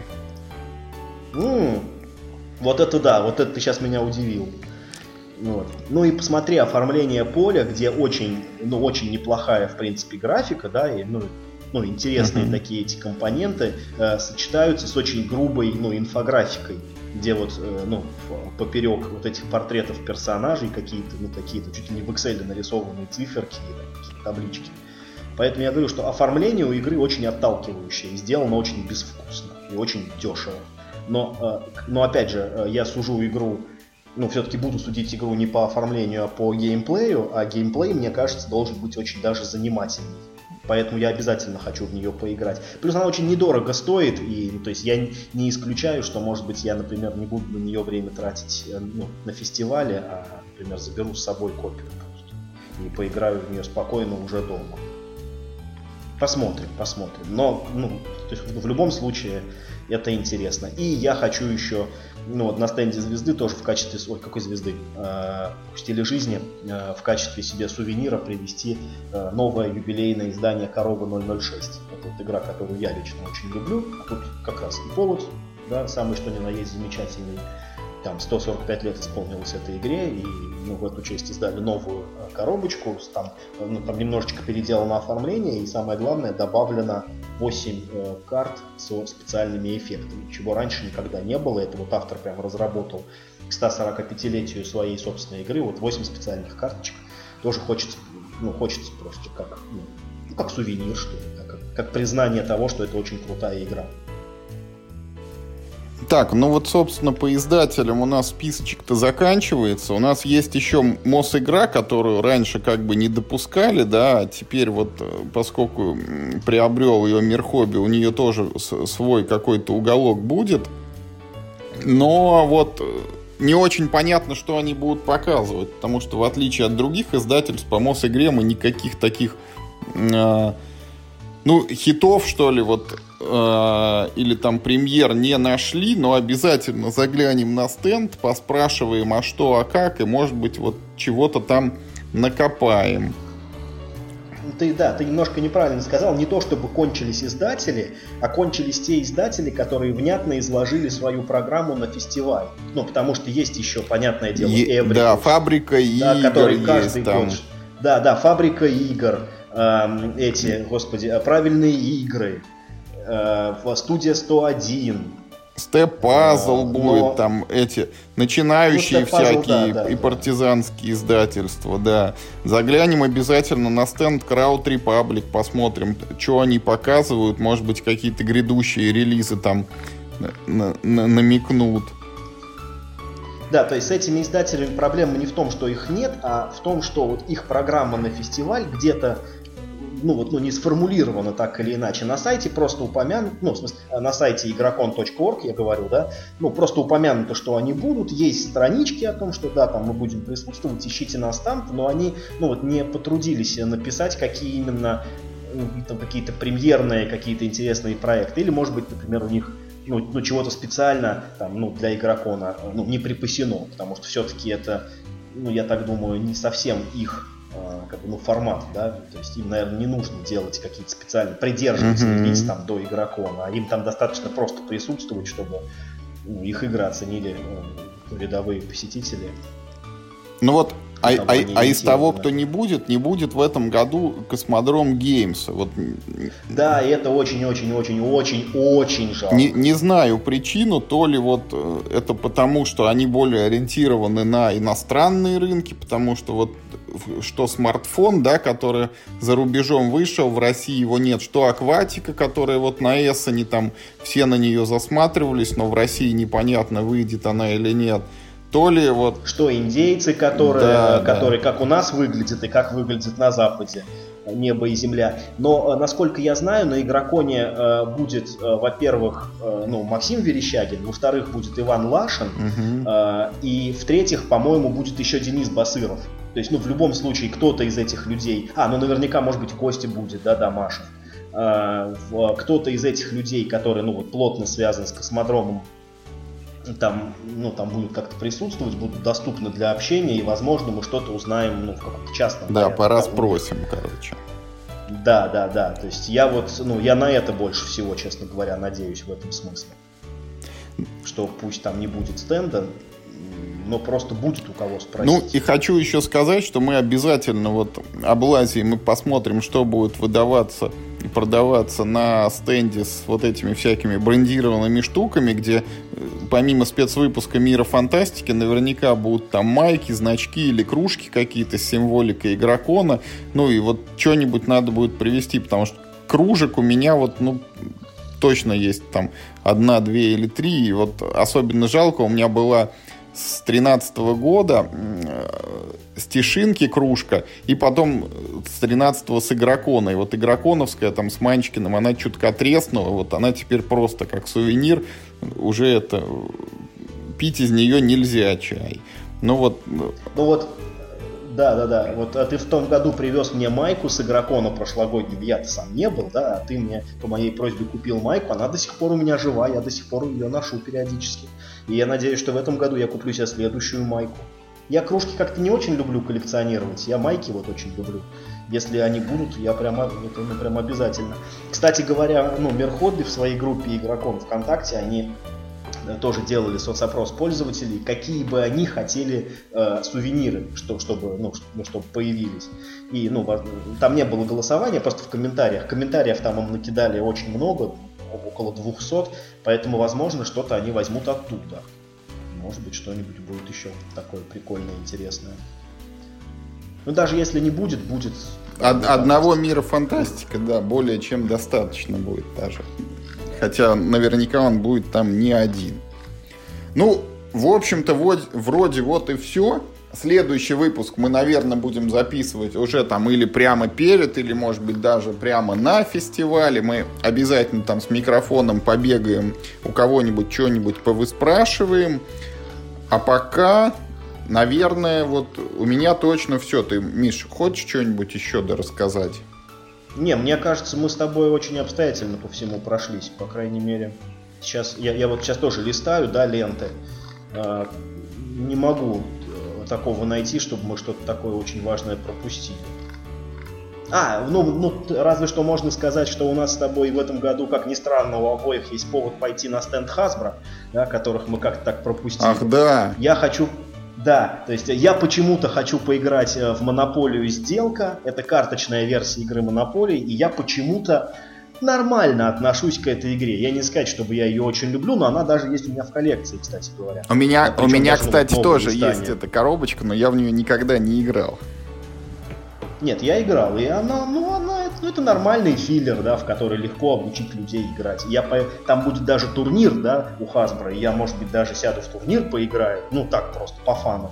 Вот это ты сейчас меня удивил. И посмотри оформление поля, где очень неплохая, в принципе, графика, да, и интересные такие эти компоненты сочетаются с очень грубой, инфографикой, где поперек этих портретов персонажей какие-то чуть ли не в Excel нарисованные циферки, какие-то таблички. Поэтому я говорю, что оформление у игры очень отталкивающее и сделано очень безвкусно и очень дешево. Но опять же, я сужу игру, все-таки буду судить игру не по оформлению, а по геймплею, а геймплей, мне кажется, должен быть очень даже занимательный. Поэтому я обязательно хочу в нее поиграть. Плюс она очень недорого стоит, и то есть я не исключаю, что, может быть, я, например, не буду на нее время тратить на фестивале, а, например, заберу с собой копию просто и поиграю в нее спокойно уже дома. Посмотрим. Но, то есть в любом случае это интересно. И я хочу еще, на стенде звезды тоже в качестве... Ой, какой звезды? В стиле жизни в качестве себе сувенира привезти новое юбилейное издание «Корова 006». Это игра, которую я лично очень люблю. А тут как раз и повод, да, самый что ни на есть замечательный. Там 145 лет исполнилось этой игре, и в эту честь издали новую коробочку, там немножечко переделано оформление, и самое главное, добавлено 8 карт со специальными эффектами, чего раньше никогда не было. Это автор прям разработал к 145-летию своей собственной игры, 8 специальных карточек. Тоже хочется просто как сувенир, что ли, как признание того, что это очень крутая игра. Так, собственно, по издателям у нас списочек-то заканчивается. У нас есть еще МОС-игра, которую раньше как бы не допускали, да, а теперь поскольку приобрел ее Мир Хобби, у нее тоже свой какой-то уголок будет. Но не очень понятно, что они будут показывать, потому что в отличие от других издательств, по МОС-игре мы никаких таких... хитов, что ли, или там премьер не нашли, но обязательно заглянем на стенд, поспрашиваем, а что, а как, и, может быть, чего-то там накопаем. Ты немножко неправильно сказал. Не то, чтобы кончились издатели, а кончились те издатели, которые внятно изложили свою программу на фестиваль. Потому что есть еще, понятное дело, Эврикус. Да, фабрика игр который есть каждый там. год. Да, фабрика игр. Правильные игры, студия 101. Степ-пазл будет, там начинающие всякие и партизанские издательства, да. Заглянем обязательно на стенд Crowd Republic, посмотрим, что они показывают, может быть, какие-то грядущие релизы там намекнут. Да, то есть с этими издателями проблема не в том, что их нет, а в том, что их программа на фестиваль где-то не сформулировано так или иначе. На сайте просто упомянуто, на сайте игрокон.org, я говорю, да, просто упомянуто, что они будут, есть странички о том, что да, там мы будем присутствовать, ищите нас там, но они, не потрудились написать, какие именно, какие-то премьерные, какие-то интересные проекты, или, может быть, например, у них чего-то специально там, для игрокона не припасено, потому что все-таки это, я так думаю, не совсем их формат, да, то есть им, наверное, не нужно делать какие-то специальные, придерживаться релиз там до игрокона, а им там достаточно просто присутствовать, чтобы их игры оценили рядовые посетители. Ну вот, из того, кто не будет в этом году Космодром Геймс. Вот. Да, и это очень-очень-очень-очень жалко. Не знаю причину, то ли вот это потому, что они более ориентированы на иностранные рынки, потому что вот что смартфон, да, который за рубежом вышел, в России его нет, что Акватика, которая вот на Эссене там все на нее засматривались, но в России непонятно, выйдет она или нет. То ли вот... Что индейцы, которые как у нас выглядят и как выглядят на Западе. Небо и земля. Но, насколько я знаю, на Игроконе будет, во-первых, Максим Верещагин, во-вторых, будет Иван Лашин, и в-третьих, по-моему, будет еще Денис Басыров. То есть, в любом случае, кто-то из этих людей... наверняка, может быть, Костя будет, да, Маша. Кто-то из этих людей, который, плотно связан с космодромом, там будут как-то присутствовать, будут доступны для общения, и, возможно, мы что-то узнаем, в каком-то частном порядке. Пора спросим, короче. Да. То есть я на это больше всего, честно говоря, надеюсь в этом смысле. Что пусть там не будет стенда, но просто будет у кого спросить. И хочу еще сказать, что мы обязательно облазим и посмотрим, что будет выдаваться и продаваться на стенде с вот этими всякими брендированными штуками, где помимо спецвыпуска «Мира фантастики» наверняка будут там майки, значки или кружки какие-то с символикой Игрокона. И вот что-нибудь надо будет привезти, потому что кружек у меня точно есть там 1, 2 или 3. И вот особенно жалко, у меня была с 2013 года с Тишинки кружка, и потом с 13-го с Игрокона. И вот Игроконовская там с Манчкиным, она чутка треснула, она теперь просто как сувенир, уже пить из нее нельзя чай. Да. А ты в том году привез мне майку с Игрокона прошлогодним, я-то сам не был, да, а ты мне по моей просьбе купил майку, она до сих пор у меня жива, я до сих пор ее ношу периодически. И я надеюсь, что в этом году я куплю себе следующую майку. Я кружки как-то не очень люблю коллекционировать, я майки очень люблю. Если они будут, это прям обязательно. Кстати говоря, Мирхобби в своей группе Игрокон ВКонтакте, они тоже делали соцопрос пользователей, какие бы они хотели сувениры, чтобы появились. И там не было голосования, просто в комментариях. Комментариев там им накидали очень много, около 200, поэтому, возможно, что-то они возьмут оттуда. Может быть, что-нибудь будет еще такое прикольное, интересное. Даже если не будет, будет... Одного «Мира фантастика», да, более чем достаточно будет даже. Хотя наверняка он будет там не один. В общем-то, вроде и все. Следующий выпуск мы, наверное, будем записывать уже там или прямо перед, или, может быть, даже прямо на фестивале. Мы обязательно там с микрофоном побегаем, у кого-нибудь что-нибудь повыспрашиваем. А пока, наверное, у меня точно все. Ты, Миш, хочешь что-нибудь еще рассказать? Не, мне кажется, мы с тобой очень обстоятельно по всему прошлись, по крайней мере. Сейчас я сейчас тоже листаю, да, ленты. Не могу такого найти, чтобы мы что-то такое очень важное пропустили. Разве что можно сказать, что у нас с тобой в этом году, как ни странно, у обоих есть повод пойти на стенд Hasbro, да, которых мы как-то так пропустили. Ах, да! То есть я почему-то хочу поиграть в Монополию «Сделка». Это карточная версия игры Монополии, и я почему-то нормально отношусь к этой игре. Я не сказать, чтобы я ее очень люблю, но она даже есть у меня в коллекции, кстати говоря. У меня кстати, тоже есть эта коробочка, но я в нее никогда не играл. Нет, я играл, и это нормальный филлер, да, в который легко обучить людей играть. Там будет даже турнир, да, у Hasbro, и я, может быть, даже сяду в турнир, поиграю, так просто, по фану.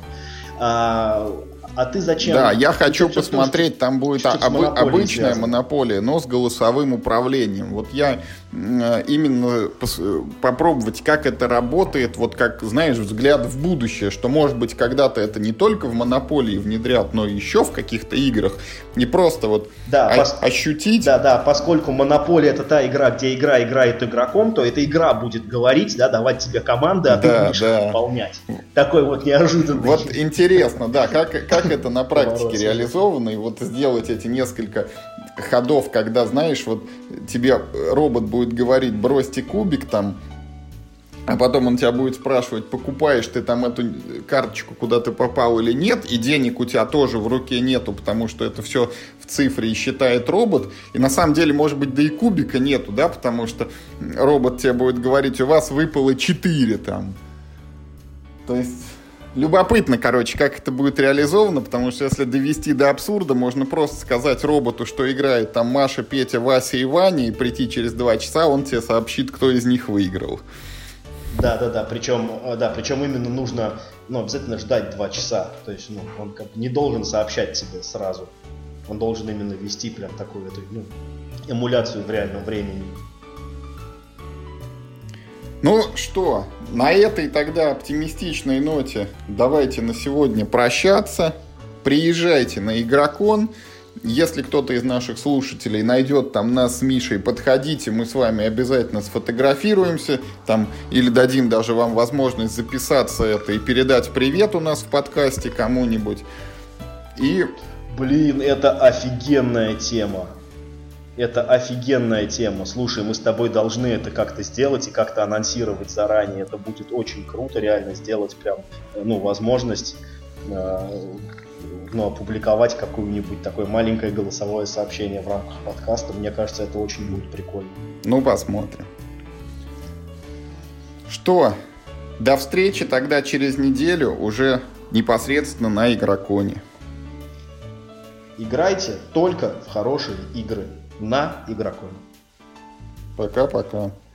А ты зачем? Да, я хочу посмотреть, там будет обычная монополия, но с голосовым управлением. Вот я именно попробовать, как это работает, как, знаешь, взгляд в будущее, что, может быть, когда-то это не только в монополии внедрят, но и еще в каких-то играх. Не просто ощутить. Да, поскольку монополия — это та игра, где игра играет игроком, то эта игра будет говорить, да, давать тебе команды, а ты будешь их выполнять. Такой неожиданный. Интересно, да, как это на практике реализовано, и сделать эти несколько ходов, когда, знаешь, тебе робот будет говорить: бросьте кубик там, а потом он тебя будет спрашивать, покупаешь ты там эту карточку, куда ты попал или нет, и денег у тебя тоже в руке нету, потому что это все в цифре и считает робот, и на самом деле, может быть, да и кубика нету, да, потому что робот тебе будет говорить, у вас выпало 4 там. То есть любопытно, короче, как это будет реализовано, потому что если довести до абсурда, можно просто сказать роботу, что играет там Маша, Петя, Вася и Ваня, и прийти через 2 часа, он тебе сообщит, кто из них выиграл. Да, причем именно нужно, обязательно ждать 2 часа, то есть, он как бы не должен сообщать тебе сразу, он должен именно вести прям такую эмуляцию в реальном времени. Ну что, на этой тогда оптимистичной ноте давайте на сегодня прощаться. Приезжайте на Игрокон. Если кто-то из наших слушателей найдет там нас с Мишей, подходите, мы с вами обязательно сфотографируемся там, или дадим даже вам возможность записаться это и передать привет у нас в подкасте кому-нибудь. Блин, это офигенная тема. Это офигенная тема. Слушай, мы с тобой должны это как-то сделать и как-то анонсировать заранее. Это будет очень круто, реально сделать прям, возможность опубликовать какое-нибудь такое маленькое голосовое сообщение в рамках подкаста. Мне кажется, это очень будет прикольно. Посмотрим. Что, до встречи тогда через неделю уже непосредственно на Игроконе. Играйте только в хорошие игры на Игроконе. Пока-пока.